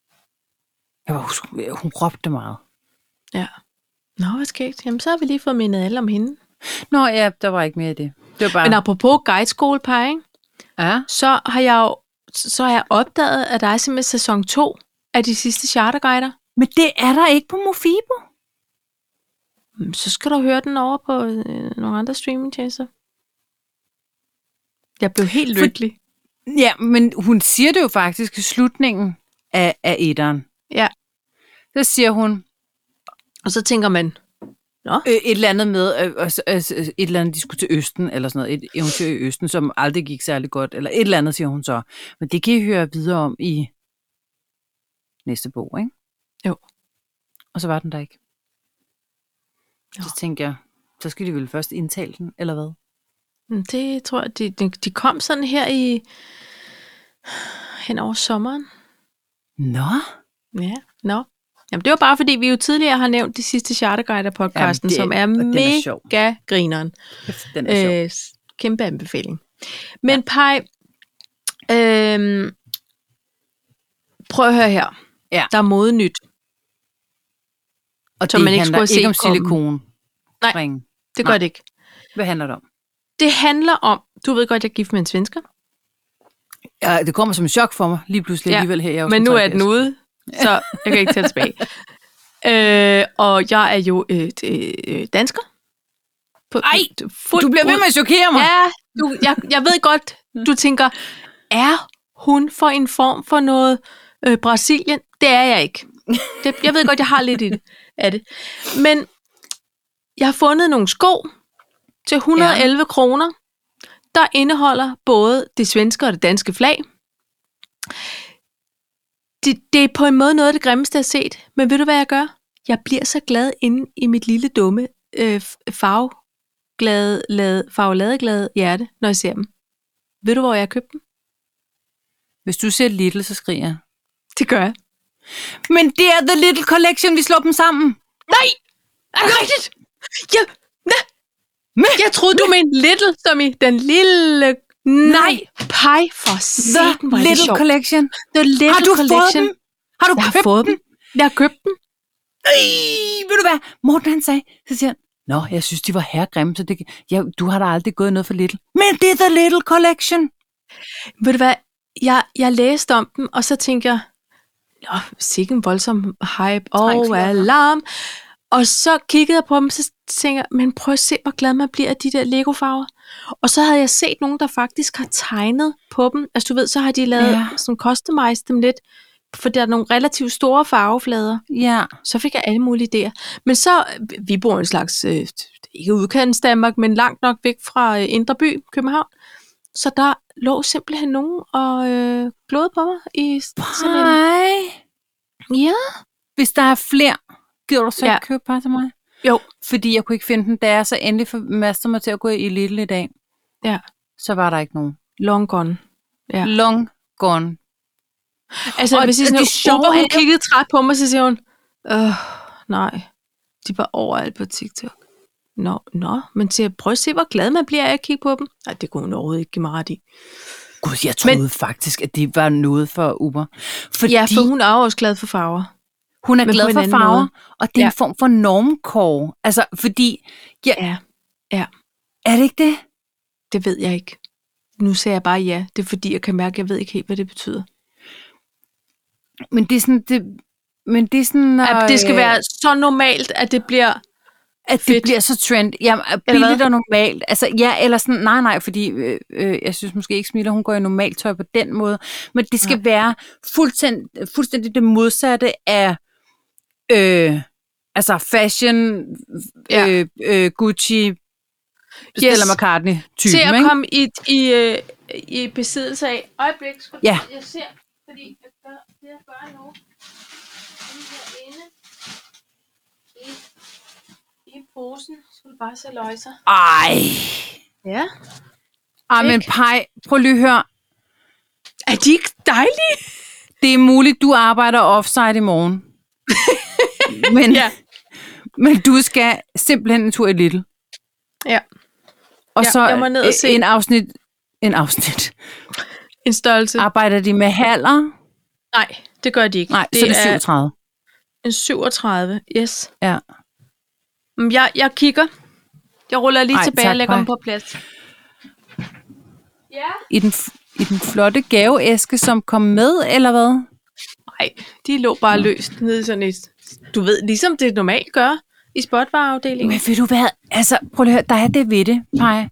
Hun råbte meget. Ja. Nå, hvad skægt. Jamen, så har vi lige fået mindet alle om hende. Nå ja, der var ikke mere af det. Det var bare... Men apropos guideskole, ikke? Ja. Så har jeg opdaget, at der er simpelthen sæson 2 af de sidste charterguider. Men det er der ikke på Mofibo. Så skal du høre den over på nogle andre streamingtjenester. Jeg blev helt lykkelig. Ja, men hun siger det jo faktisk i slutningen af etteren. Ja. Der siger hun... Og så tænker man... Nå? Et eller andet med, et eller andet, de skulle til Østen, eller sådan noget, et eventyr i Østen, som aldrig gik særlig godt, eller et eller andet, siger hun så. Men det kan I høre videre om i næste bog, ikke? Jo. Og så var den der ikke. Jo. Så tænkte jeg, så skal de vel først indtale den, eller hvad? Det tror jeg, de kom sådan her hen over sommeren. Nå? Ja, nå. Jamen, det var bare, fordi vi jo tidligere har nævnt de sidste Charterguider-podcasten, som er mega grineren. Den er sjov. Kæmpe anbefaling. Men Paj, prøv at høre her. Ja. Der er modenyt. Og som det man ikke handler skulle ikke om silikon. Nej, det gør det ikke. Hvad handler det om? Det handler om, du ved godt, jeg er gift med en svensker. Ja, det kommer som en chok for mig, lige pludselig alligevel her. Men nu er den ude, så jeg kan ikke tage tilbage. Og jeg er jo dansker. Ej, du bliver ved med at chokere mig. Ja, jeg ved godt, du tænker, er hun for en form for noget Brasilien? Det er jeg ikke. Jeg ved godt, jeg har lidt af det. Men jeg har fundet nogle sko til 111 kroner, der indeholder både det svenske og det danske flag. Det er på en måde noget af det grimmeste, jeg har set. Men ved du, hvad jeg gør? Jeg bliver så glad inde i mit lille dumme farveladeglade hjerte, når jeg ser dem. Ved du, hvor jeg har købt dem? Hvis du ser Little, så skriger jeg. Det gør jeg. Men det er The Little Collection, vi slår dem sammen. Nej! Er det rigtigt? Jeg troede, du mente Little, som i den lille... Nej, Pej for satan, hvor er det Little sjovt. Collection. The Little Har du Collection. fået dem? Har du købt dem? Jeg har købt dem. Ved du hvad? Morten han sagde, så siger han, nå, jeg synes, de var herregrimme, så du har da aldrig gået noget for Little. Men det er The Little Collection. Ved du hvad? Jeg læste om dem, og så tænkte jeg, nå, sikke en voldsom hype. Alarm. Og så kiggede jeg på dem, så tænkte jeg, men prøv at se, hvor glad man bliver af de der Lego-farver. Og så havde jeg set nogen, der faktisk har tegnet på dem. Altså du ved, så har de lavet sådan customized dem lidt, for der er nogle relativt store farveflader. Ja. Så fik jeg alle mulige idéer. Men så, vi bor en slags, ikke udkants Danmark, men langt nok væk fra Indre By, København. Så der lå simpelthen nogen og glåede på mig i sådan en... Nej. Ja. Hvis der er flere, gider du så ikke købe par til mig? Jo. Fordi jeg kunne ikke finde den, da jeg så endelig formaster mig til at gå i Little i dag. Ja. Så var der ikke nogen. Long gone. Ja. Long gone. Altså, hvis hun kiggede træt på mig, så siger hun, nej, de var overalt på TikTok. Nå, men prøv at se, hvor glad man bliver af at kigge på dem. Nej, det kunne hun overhovedet ikke give mig ret i. Gud, jeg troede faktisk, at det var noget for Uber. For hun er også glad for farver. Hun er glad for farver, måde. Og det er en form for normkår. Altså, fordi... Ja. Er det ikke det? Det ved jeg ikke. Nu siger jeg bare ja. Det er fordi, jeg kan mærke, at jeg ved ikke helt, hvad det betyder. Men det er sådan... At det skal være så normalt, at det bliver... At det bliver så trend. Ja, billigt og normalt. Altså, ja, eller sådan, nej, fordi jeg synes måske ikke, Smilla, hun går i normalt tøj på den måde. Men det skal være fuldstændig det modsatte af altså fashion, Gucci, Stella McCartney-typen. Til at ikke? komme i besiddelse af. Øjeblik, jeg ser, fordi jeg gør nu. Herinde i posen, skal du bare se løjser. Ej. Ja. Ej, men Pej, prøv lige at høre. Er de ikke dejlige? Det er muligt, du arbejder offsite i morgen. Men du skal simpelthen en tur i Little. Ja. Og så jeg må ned og se. En afsnit. En størrelse. Arbejder de med haller? Nej, det gør de ikke. Nej, så det er 37. En 37, yes. Ja. Jeg kigger. Jeg ruller lige tilbage og lægger dem på plads. Ja. I den flotte gaveæske, som kom med, eller hvad? Nej, de lå bare løst nede i sådan et, du ved, ligesom det normalt gør i spotvareafdelingen. Men ved du hvad? Altså, prøv lige at høre, der er det ved det, Paj.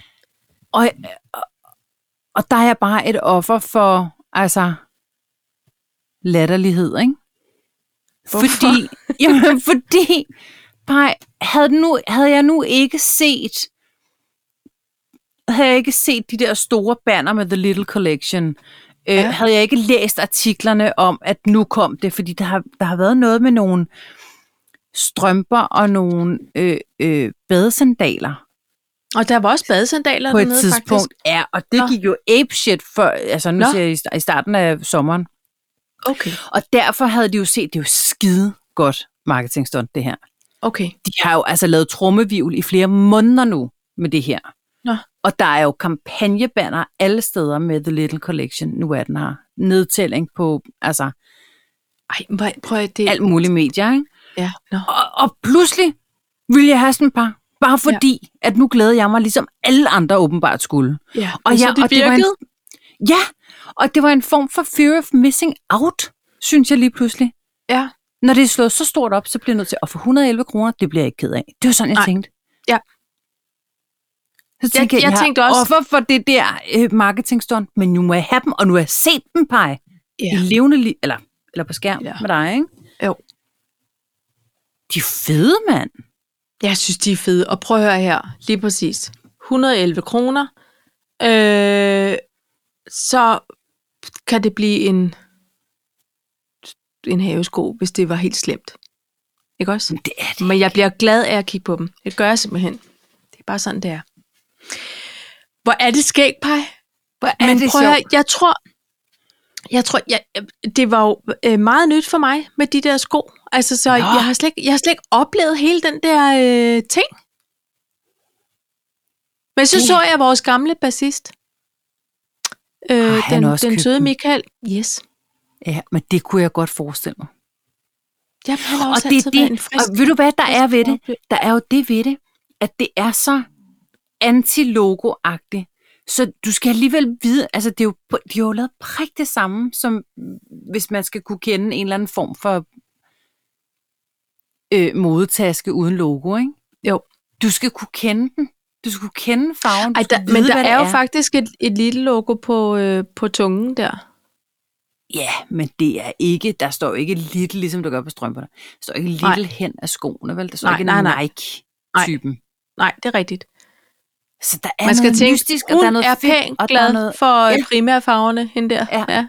Og der er jeg bare et offer for, altså, latterlighed, ikke? Hvorfor? Fordi, Paj, havde jeg ikke set de der store banner med The Little Collection, havde jeg ikke læst artiklerne om, at nu kom det, fordi der har været noget med nogle strømper og nogle badesandaler. Og der var også badesandaler på et dernede, tidspunkt. faktisk. Ja, og det gik jo apeshit for, altså nu siger jeg i starten af sommeren. Okay. Og derfor havde de jo set, det er jo skide godt marketingstunt, det her. Okay. De har jo altså lavet trommevivl i flere måneder nu med det her. Nå. Og der er jo kampagnebanner alle steder med The Little Collection. Nu er den her nedtælling på, altså, Prøv at det... alt muligt medier, ikke? Ja. Nå. Og pludselig ville jeg have sådan et par. Bare fordi, at nu glæder jeg mig, ligesom alle andre åbenbart skulle. Ja, og så det virkede? Og det var en form for fear of missing out, synes jeg lige pludselig. Ja. Når det er slået så stort op, så bliver jeg nødt til at få 111 kroner, det bliver jeg ikke ked af. Det var sådan, jeg tænkte. Ja. Så tænkte jeg tænkte også... offer for det der marketingstunt, men nu må jeg have dem, og nu har jeg set dem, Paj. I levende eller på skærm med dig, ikke? Jo. De er fede, mand. Jeg synes, de er fede. Og prøv at høre her, lige præcis. 111 kroner. Så kan det blive en havesko, hvis det var helt slemt. Ikke også? Det er det. Men jeg bliver glad af at kigge på dem. Det gør jeg simpelthen. Det er bare sådan, det er. Hvor er det skægt, Paj? Men prøv at høre, jeg tror, det var jo meget nyt for mig med de der sko. Altså, så jeg har slet ikke oplevet hele den der ting. Men så jeg vores gamle bassist. Den søde Michael. Yes. Ja, men det kunne jeg godt forestille mig. Ja, han har også altid været en frisk. Og ved du hvad der er ved det? Der er jo det ved det, at det er så anti-logo-agtigt. Så du skal alligevel vide, altså de har jo lavet præcis det samme, som hvis man skal kunne kende en eller anden form for modetaske uden logo, ikke? Jo. Du skal kunne kende den. Du skal kunne kende farven. Men der er jo faktisk et lille logo på tungen der. Ja, men det er ikke, der står jo ikke little, ligesom der gør på strømperne. Der står ikke little hen af skoene, vel? Der står ikke Nike-typen. Nej, det er rigtigt. Så der er noget tænke, mystisk, og der er noget fedt, pænt og glad noget... for primærfarverne, hende der. Ja.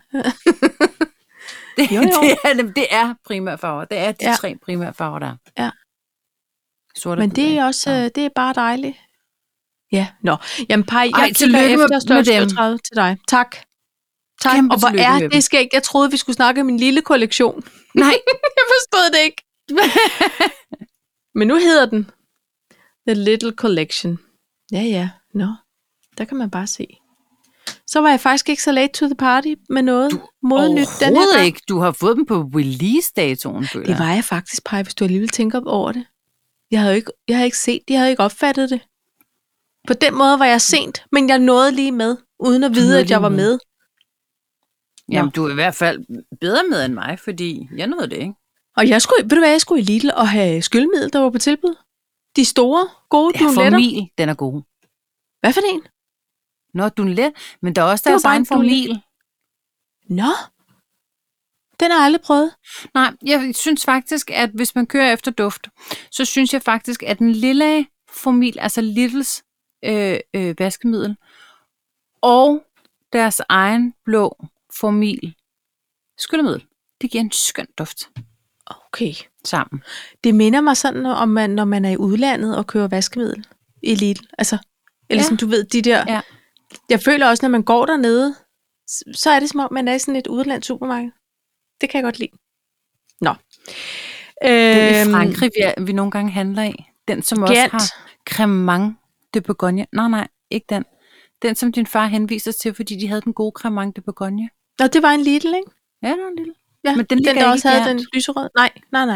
Det er primærfarver. Det er de 3 primærfarver, der. Ja. Sorte, men det er også, det er bare dejligt. Ja, Jamen, Paj, jeg kigger efter størrelse 30 til dig. Tak. Kæmpe og hvor er det skægt. Jeg troede, vi skulle snakke om min lille kollektion. Nej. Jeg forstod det ikke. Men nu hedder den The Little Collection. Ja. Der kan man bare se. Så var jeg faktisk ikke så late to the party med noget modnyt den her gang. Ikke. Du har fået dem på release-datoen, føler jeg. Det var jeg faktisk, Paj, hvis du alligevel tænker over det. Jeg havde ikke set det. Jeg havde ikke opfattet det. På den måde var jeg sent, men jeg nåede lige med, uden at vide, at jeg var med. Jamen, du er i hvert fald bedre med end mig, fordi jeg nåede det, ikke? Og jeg skulle i Lidl og have skyldmiddel, der var på tilbud. De store, gode Dunletter. Formil, den er god. Hvad for en? Nå, Dunlet, men der er også deres egen Formil. Nå, den har jeg aldrig prøvet. Nej, jeg synes faktisk, at hvis man kører efter duft, så synes jeg faktisk, at den lille Formil, altså Littles vaskemiddel, og deres egen blå Formil skyllemiddel, det giver en skøn duft. Okay. Sammen. Det minder mig sådan, om når man er i udlandet og kører vaskemiddel i Lidl. Altså, eller som du ved, de der... Ja. Jeg føler også, når man går dernede, så er det som om, man er i sådan et udlands supermarked. Det kan jeg godt lide. Nå. Det er i Frankrig, vi nogle gange handler i. Den, som også har cremant de Bourgogne. Nej, ikke den. Den, som din far henviser til, fordi de havde den gode cremant de Bourgogne. Nå, det var en Lidl, ikke? Ja, det var en Lidl. Ja, men den der også havde den lyserød. Nej.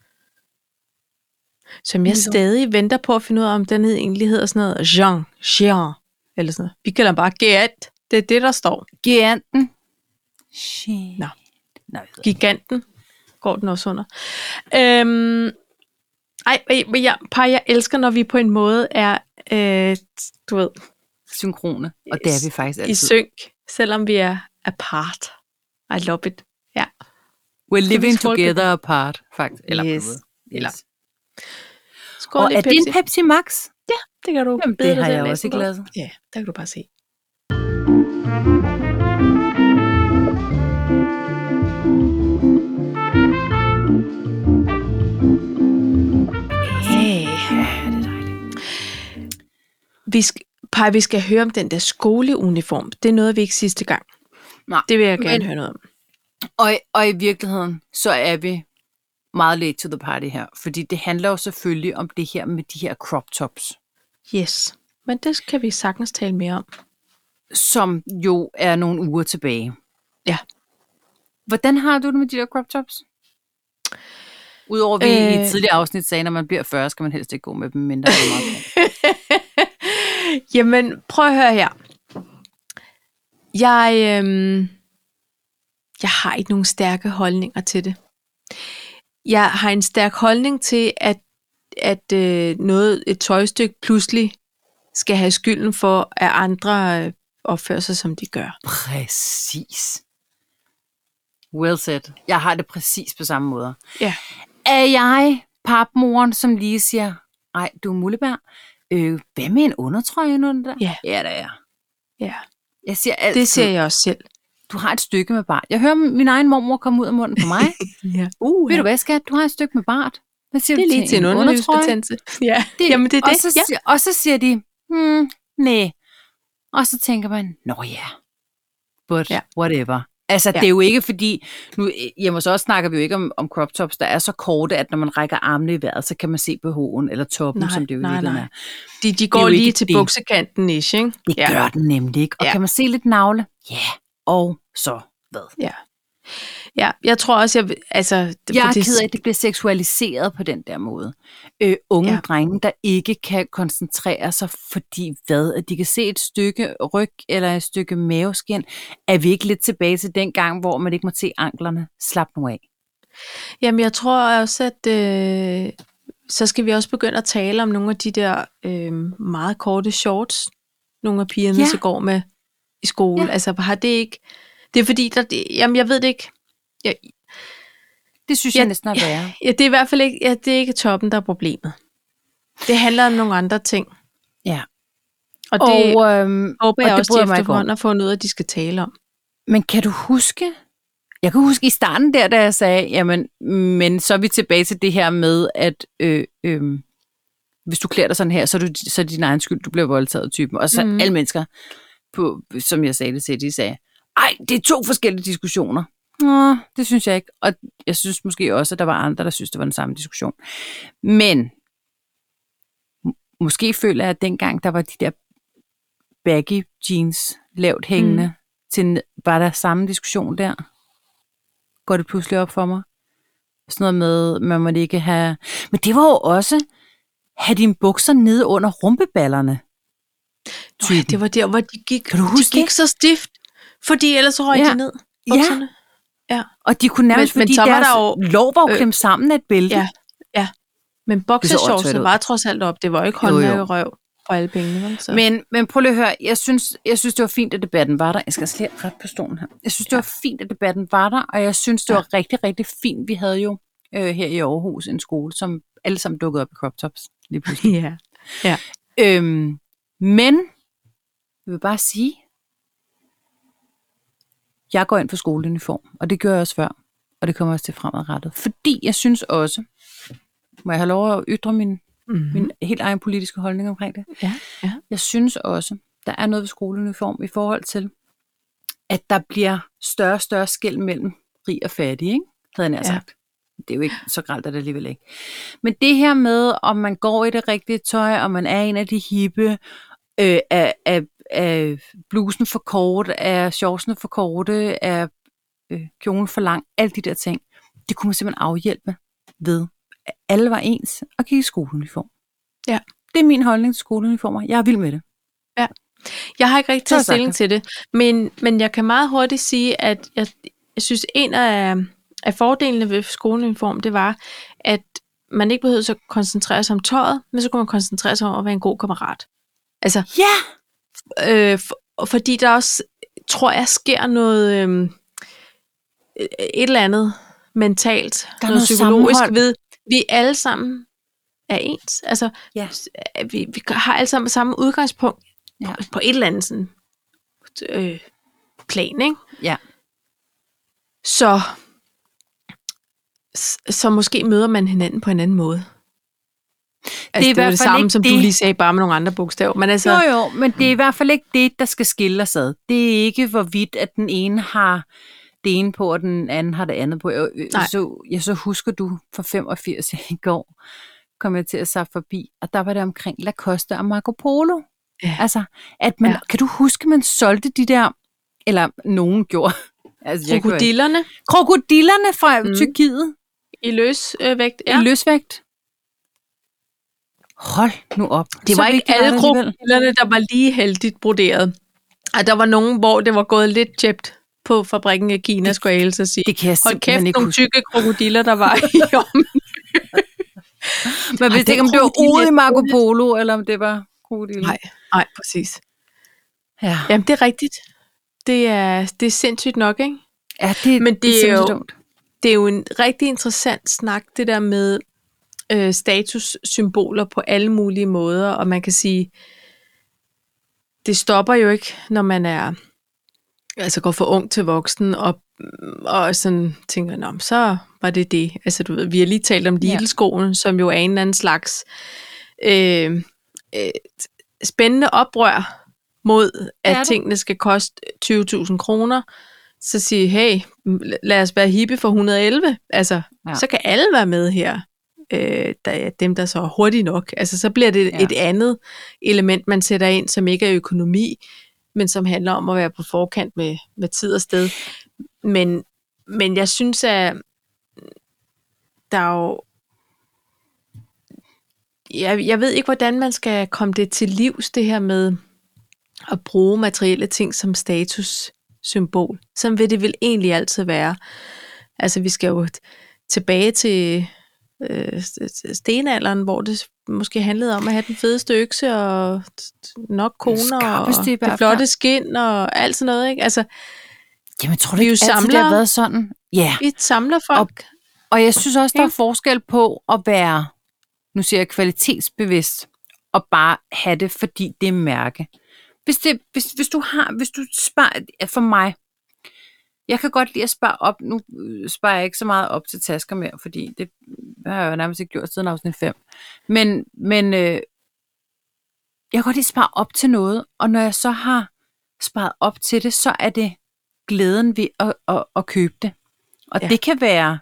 Som jeg stadig venter på at finde ud af, om den egentlig hedder sådan noget Jean, eller sådan noget. Vi kalder den bare Geant. Det er det, der står. Geanten. Nå. Nej, Giganten går den også under. Jeg elsker, når vi på en måde er, du ved, synkrone, og det er vi faktisk altid. i synk, selvom vi er apart. I love it. Ja. We're living together apart, faktisk. Eller yes. Yes. Skål. Og er det en Pepsi Max? Ja, det kan du. Jamen, det har jeg også i glasset. Ja, der kan du bare se. Vi skal høre om den der skoleuniform. Det nåede vi ikke sidste gang. Nej, det vil jeg gerne høre noget om. Og i virkeligheden, så er vi meget late to the party her. Fordi det handler jo selvfølgelig om det her med de her crop tops. Yes, men det kan vi sagtens tale mere om. Som jo er nogle uger tilbage. Ja. Hvordan har du det med de der crop tops? Udover vi i et tidligere afsnit sagde, når man bliver 40, skal man helst ikke gå med dem, mindre det er meget. Jamen, prøv at høre her. Jeg har ikke nogen stærke holdninger til det. Jeg har en stærk holdning til, at et tøjstykke pludselig skal have skylden for, at andre opfører sig, som de gør. Præcis. Well said. Jeg har det præcis på samme måde. Ja. Er jeg papmoren, som lige siger, ej, du er mullebær, hvad med en undertrøje under der? Ja. Ja, det er. Ja. Jeg siger altid, det ser jeg også selv. Du har et stykke med bart. Jeg hører min egen mormor komme ud af munden på mig. Ja. Ved du hvad, skat? Du har et stykke med bart. Hvad siger det er du lige til en underlivsbetændelse. Ja. Jamen, det er det. Og så siger de, nej. Og så tænker man, nå ja, but whatever. Altså, det er jo ikke fordi, nu hjemme hos os snakker vi jo ikke om crop tops, der er så korte, at når man rækker armene i vejret, så kan man se BH'en eller toppen, som det jo i virkeligheden er. De går lige til buksekanten, ikke? Det gør den nemlig ikke. Og kan man se lidt navle? Ja. Og så hvad? Ja, jeg tror også, jeg er ked af, at det bliver seksualiseret på den der måde. Unge drenge, der ikke kan koncentrere sig, fordi at de kan se et stykke ryg eller et stykke maveskin. Er vi ikke lidt tilbage til den gang, hvor man ikke må se anklerne? Slap nu af. Jamen, jeg tror også, at så skal vi også begynde at tale om nogle af de der meget korte shorts, nogle af pigerne så går med i skole. Ja. Altså, har det ikke... Det er fordi, jamen, jeg ved det ikke. Det synes jeg næsten er værre. Ja, det er i hvert fald ikke, det er ikke toppen, der er problemet. Det handler om nogle andre ting. Ja. Og det håber jeg også, de efterhånden har fundet ud af, at de skal tale om. Men kan du huske... Jeg kan huske i starten der, da jeg sagde, jamen, men så er vi tilbage til det her med, at hvis du klæder dig sådan her, så er det din egen skyld, du bliver voldtaget typen. Og så alle mennesker, som jeg sagde det til, de sagde, ej, det er 2 forskellige diskussioner. Nå, det synes jeg ikke. Og jeg synes måske også, at der var andre, der synes, det var den samme diskussion. Men måske føler jeg, at dengang der var de der baggy jeans, lavt hængende, var der samme diskussion der? Går det pludselig op for mig? Sådan noget med, man måtte ikke have... Men det var jo også, have dine bukser nede under rumpeballerne. Ja, det var der, hvor de gik så stift, fordi ellers røg de ned. Bukserne. Ja. Og de kunne nærmest, fordi deres lov var jo klemt sammen af et bælte. Ja. Men boxershortsene var trods alt op. Det var jo ikke håndmærkerøv for alle pengene. Men prøv lige at høre. Jeg synes, det var fint, at debatten var der. Jeg skal lige ret på stolen her. Jeg synes, det var fint, at debatten var der, og jeg synes, det var rigtig, rigtig fint. Vi havde jo her i Aarhus en skole, som alle sammen dukkede op i crop tops lige pludselig. Ja. Men jeg vil bare sige, jeg går ind for skoleuniform, og det gør jeg også før, og det kommer også til fremadrettet. Fordi jeg synes også, må jeg have lov at ytre min helt egen politiske holdning omkring det? Ja. Jeg synes også, der er noget ved skoleuniform i forhold til, at der bliver større og større skel mellem rig og fattig, ikke? Havde jeg nær sagt. Det er jo ikke så grelt, at det alligevel ikke. Men det her med, om man går i det rigtige tøj, om man er en af de hippe, er blusen for kort, er shortsene for korte, er kjolen for lang, alle de der ting, det kunne man simpelthen afhjælpe ved, at alle var ens og gik i skoleuniform. Ja. Det er min holdning til skoleuniformer. Jeg er vild med det. Ja. Jeg har ikke rigtig taget stilling til det, men jeg kan meget hurtigt sige, at jeg synes, en af fordelene ved skoleuniform, det var, at man ikke behøvede at koncentrere sig om tøjet, men så kunne man koncentrere sig om at være en god kammerat. Altså, Ja! fordi der også, tror jeg, sker noget, et eller andet mentalt, Der er noget noget psykologisk sammenhold. ved, vi alle sammen er ens. Altså, Ja. vi har alle sammen samme udgangspunkt Ja. på et eller andet sådan, plan, ikke? Ja. Så måske møder man hinanden på en anden måde. Altså, i det er hvert det fald samme, ikke som du det. lige sagde, bare med nogle andre bogstaver. Men altså, Jo, men det er i hvert fald ikke det, der skal skille os ad. Det er ikke, hvorvidt at den ene har det ene på, og den anden har det andet på. Så husker du for 85 i går, kom jeg til at sætte forbi, og der var det omkring Lacoste og Marco Polo. Ja. Altså, at man, kan du huske, man solgte de der, eller nogen gjorde. Altså, krokodillerne fra Tyrkiet. I løsvægt. I løsvægt. Hold nu op. Det var ikke alle krokodillerne, der var lige heldigt broderet. Og der var nogen, hvor det var gået lidt tjept på fabrikken af Kina, skulle jeg helst sige. Det kan jeg hold kæft, ikke nogle huske. tykke krokodiller, der var i om. Man vidste ikke, om det var ude i Marco Polo, eller om det var krokodiller. Nej, præcis. Ja. Jamen, det er rigtigt. Det er sindssygt nok, ikke? Ja, men det er jo en rigtig interessant snak, det der med statussymboler på alle mulige måder, og man kan sige, det stopper jo ikke, når man går for ung til voksen, og sådan tænker, nå, så var det det. Altså du ved, vi har lige talt om Lidl-skolen, som jo er en eller anden slags spændende oprør mod, at tingene skal koste 20.000 kroner. Så sige, hey, lad os være hippe for 111. Altså, så kan alle være med her. Der er dem, der så er hurtigt nok. Altså, så bliver det et andet element, man sætter ind, som ikke er økonomi, men som handler om at være på forkant med tid og sted. Men jeg synes, at der er jo... Jeg ved ikke, hvordan man skal komme det til livs, det her med at bruge materielle ting som statussymbol. Sådan vil det vel egentlig altid være. Altså, vi skal jo tilbage til stenalderen, hvor det måske handlede om at have den fedeste økse og nok koner og det flotte skin og alt sådan noget, ikke? Altså, jamen, tror du ikke altid, det har været sådan? Ja. Vi samler folk. Og jeg synes også, der er forskel på at være, nu siger jeg, kvalitetsbevidst, og bare have det, fordi det er mærke. Hvis du sparer, for mig, jeg kan godt lide at spare op. Nu sparer jeg ikke så meget op til tasker mere, fordi det har jeg jo nærmest ikke gjort siden afsnit 5. Men jeg kan godt lide at spare op til noget, og når jeg så har sparet op til det, så er det glæden ved at købe det. Og det kan være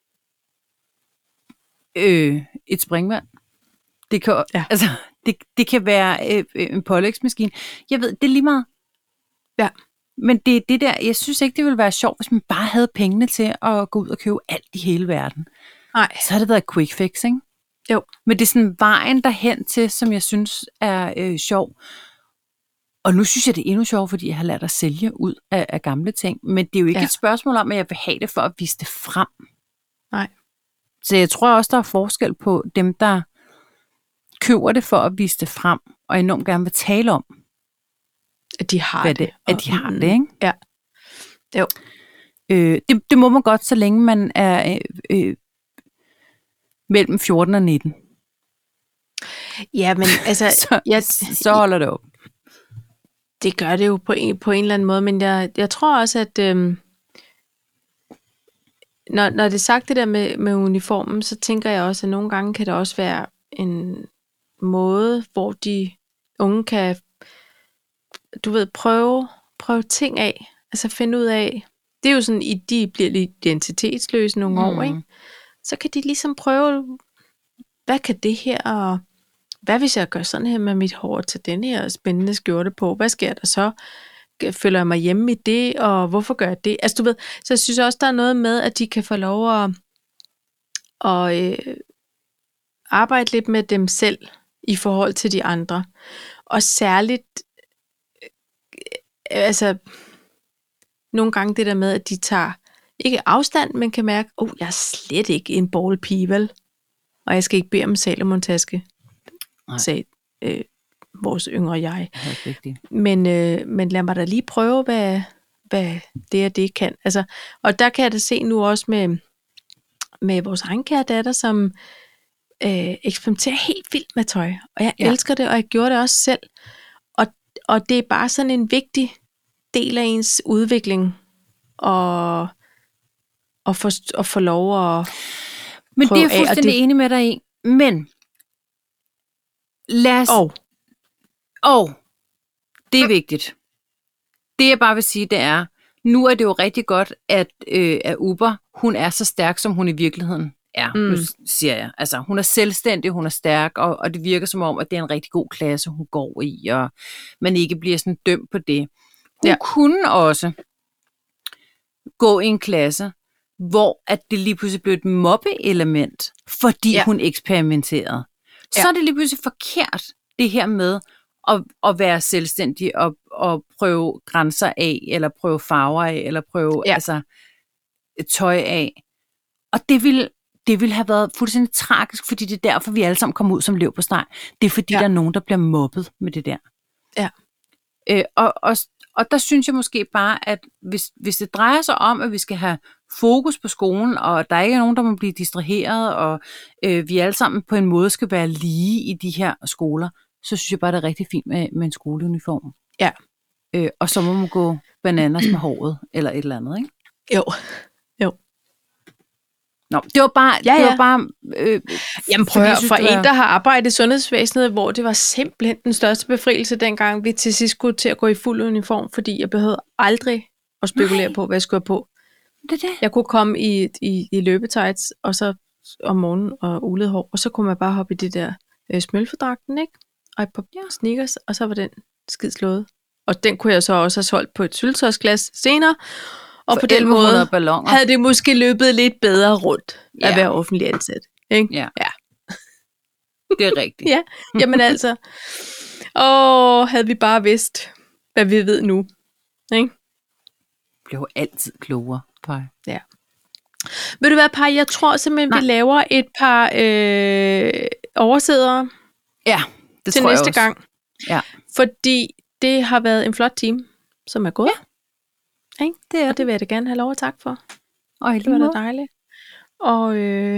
et springvand. Det kan, altså, det kan være en pålægsmaskine. Jeg ved, det er lige meget. Ja. Men det er det der, jeg synes ikke, det ville være sjovt, hvis man bare havde pengene til at gå ud og købe alt i hele verden. Nej. Så har det været quick fix, ikke? Jo. Men det er sådan vejen derhen til, som jeg synes er sjov. Og nu synes jeg, det er endnu sjovt, fordi jeg har lært at sælge ud af gamle ting. Men det er jo ikke et spørgsmål om, at jeg vil have det for at vise det frem. Nej. Så jeg tror også, der er forskel på dem, der køber det for at vise det frem, og enormt gerne vil tale om, at de har det. At de har det, ikke? Ja. Jo. Det må man godt, så længe man er mellem 14 og 19. Ja, men altså... så holder det op. Det gør det jo på en eller anden måde, men jeg tror også, at når det er sagt det der med uniformen, så tænker jeg også, at nogle gange kan det også være en måde, hvor de unge kan, du ved, prøve ting af, altså finde ud af, det er jo sådan, de bliver lidt identitetsløse nogle år, ikke? Så kan de ligesom prøve, hvad kan det her, og hvad hvis jeg gør sådan her med mit hår til den her spændende skjorte på, hvad sker der så? Føler jeg mig hjemme i det, og hvorfor gør jeg det? Altså du ved, så jeg synes også, der er noget med, at de kan få lov at arbejde lidt med dem selv, i forhold til de andre. Og særligt, altså, nogle gange det der med, at de tager ikke afstand, men kan mærke, jeg er slet ikke en ballpige, vel? Og jeg skal ikke bede om en Salomon-taske, sagde vores yngre jeg. Men lad mig da lige prøve, hvad det og det kan. Altså, og der kan jeg da se nu også med vores egen kære datter, som eksperimenterer helt vildt med tøj. Og jeg elsker det, og jeg gjorde det også selv. Og det er bare sådan en vigtig del af ens udvikling, og få lov at men det er jeg fuldstændig enig med dig i. Men lad os... det er vigtigt. Det jeg bare vil sige, det er, nu er det jo rigtig godt, at Uber, hun er så stærk, som hun i virkeligheden er. Nu siger jeg. Altså, hun er selvstændig, hun er stærk, og det virker som om, at det er en rigtig god klasse, hun går i, og man ikke bliver sådan dømt på det. Hun kunne også gå i en klasse, hvor at det lige pludselig blev et mobbeelement, fordi hun eksperimenterede. Så er det lige pludselig forkert, det her med at være selvstændig og prøve grænser af, eller prøve farver af, eller prøve tøj af. Og det ville have været fuldstændig tragisk, fordi det er derfor, vi alle sammen kommer ud som leverpostej. Det er fordi, der er nogen, der bliver mobbet med det der. Ja. Og der synes jeg måske bare, at hvis det drejer sig om, at vi skal have fokus på skolen, og der ikke er nogen, der må blive distraheret, og vi alle sammen på en måde skal være lige i de her skoler, så synes jeg bare, det er rigtig fint med en skoleuniform. Ja. Og så må man gå bananas med håret, eller et eller andet, ikke? Jo. Nå, det var bare... Jamen prøv at for en, der har arbejdet i sundhedsvæsenet, hvor det var simpelthen den største befrielse, dengang vi til sidst skulle til at gå i fuld uniform, fordi jeg behøvede aldrig at spekulere på, hvad jeg skulle have på. Det. Jeg kunne komme i løbetights, og så om morgenen og ulet hår, og så kunne man bare hoppe i det der smølfedragten, ikke? Og et par sneakers, og så var den skid slået. Og den kunne jeg så også have solgt på et syltetøjsglas senere. Og for på den måde balloner. havde det måske løbet lidt bedre rundt at være offentlig ansat. Ikke? Ja. Det er rigtigt. Ja, jamen altså. Havde vi bare vidst, hvad vi ved nu. Ikke? Bliver altid klogere, Paj. Ja. Ved du hvad, Paj? Jeg tror simpelthen, vi laver et par oversædere det til tror næste jeg også. gang. Ja. Fordi det har været en flot time, som er gået. Ja. Ikke? Og det vil jeg da gerne have lov at takke for. Og det var da dejligt. Og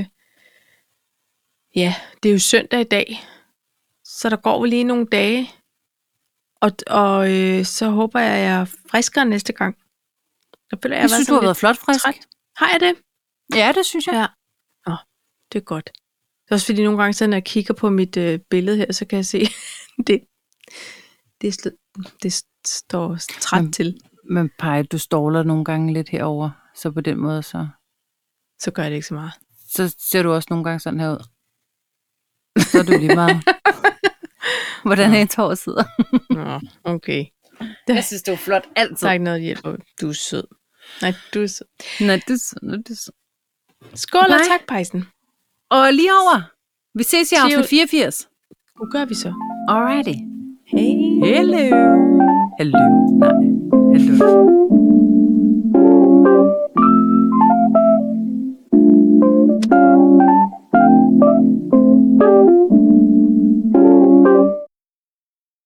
det er jo søndag i dag, så der går vel lige nogle dage, og så håber jeg er friskere næste gang. Jeg synes, du har været flot frisk. Træt. Har jeg det? Ja, det synes jeg. Ja. Det er godt. Det er også fordi nogle gange, så når jeg kigger på mit billede her, så kan jeg se, det står træt til. Men Paj, du ståler nogle gange lidt herover, så på den måde, så gør det ikke så meget. Så ser du også nogle gange sådan her ud. Så er du lige meget. Hvordan er ens hår sidder? Nå, okay. Jeg synes, det er flot altid. Der er ikke noget hjælp. Du er sød. Nej, du er sød. Nej, du er sød. Skål og tak, Pejsen. Og lige over. Vi ses i afsnit 84. Nu gør vi så. Alrighty. Hey. Hello. Nej. Hello.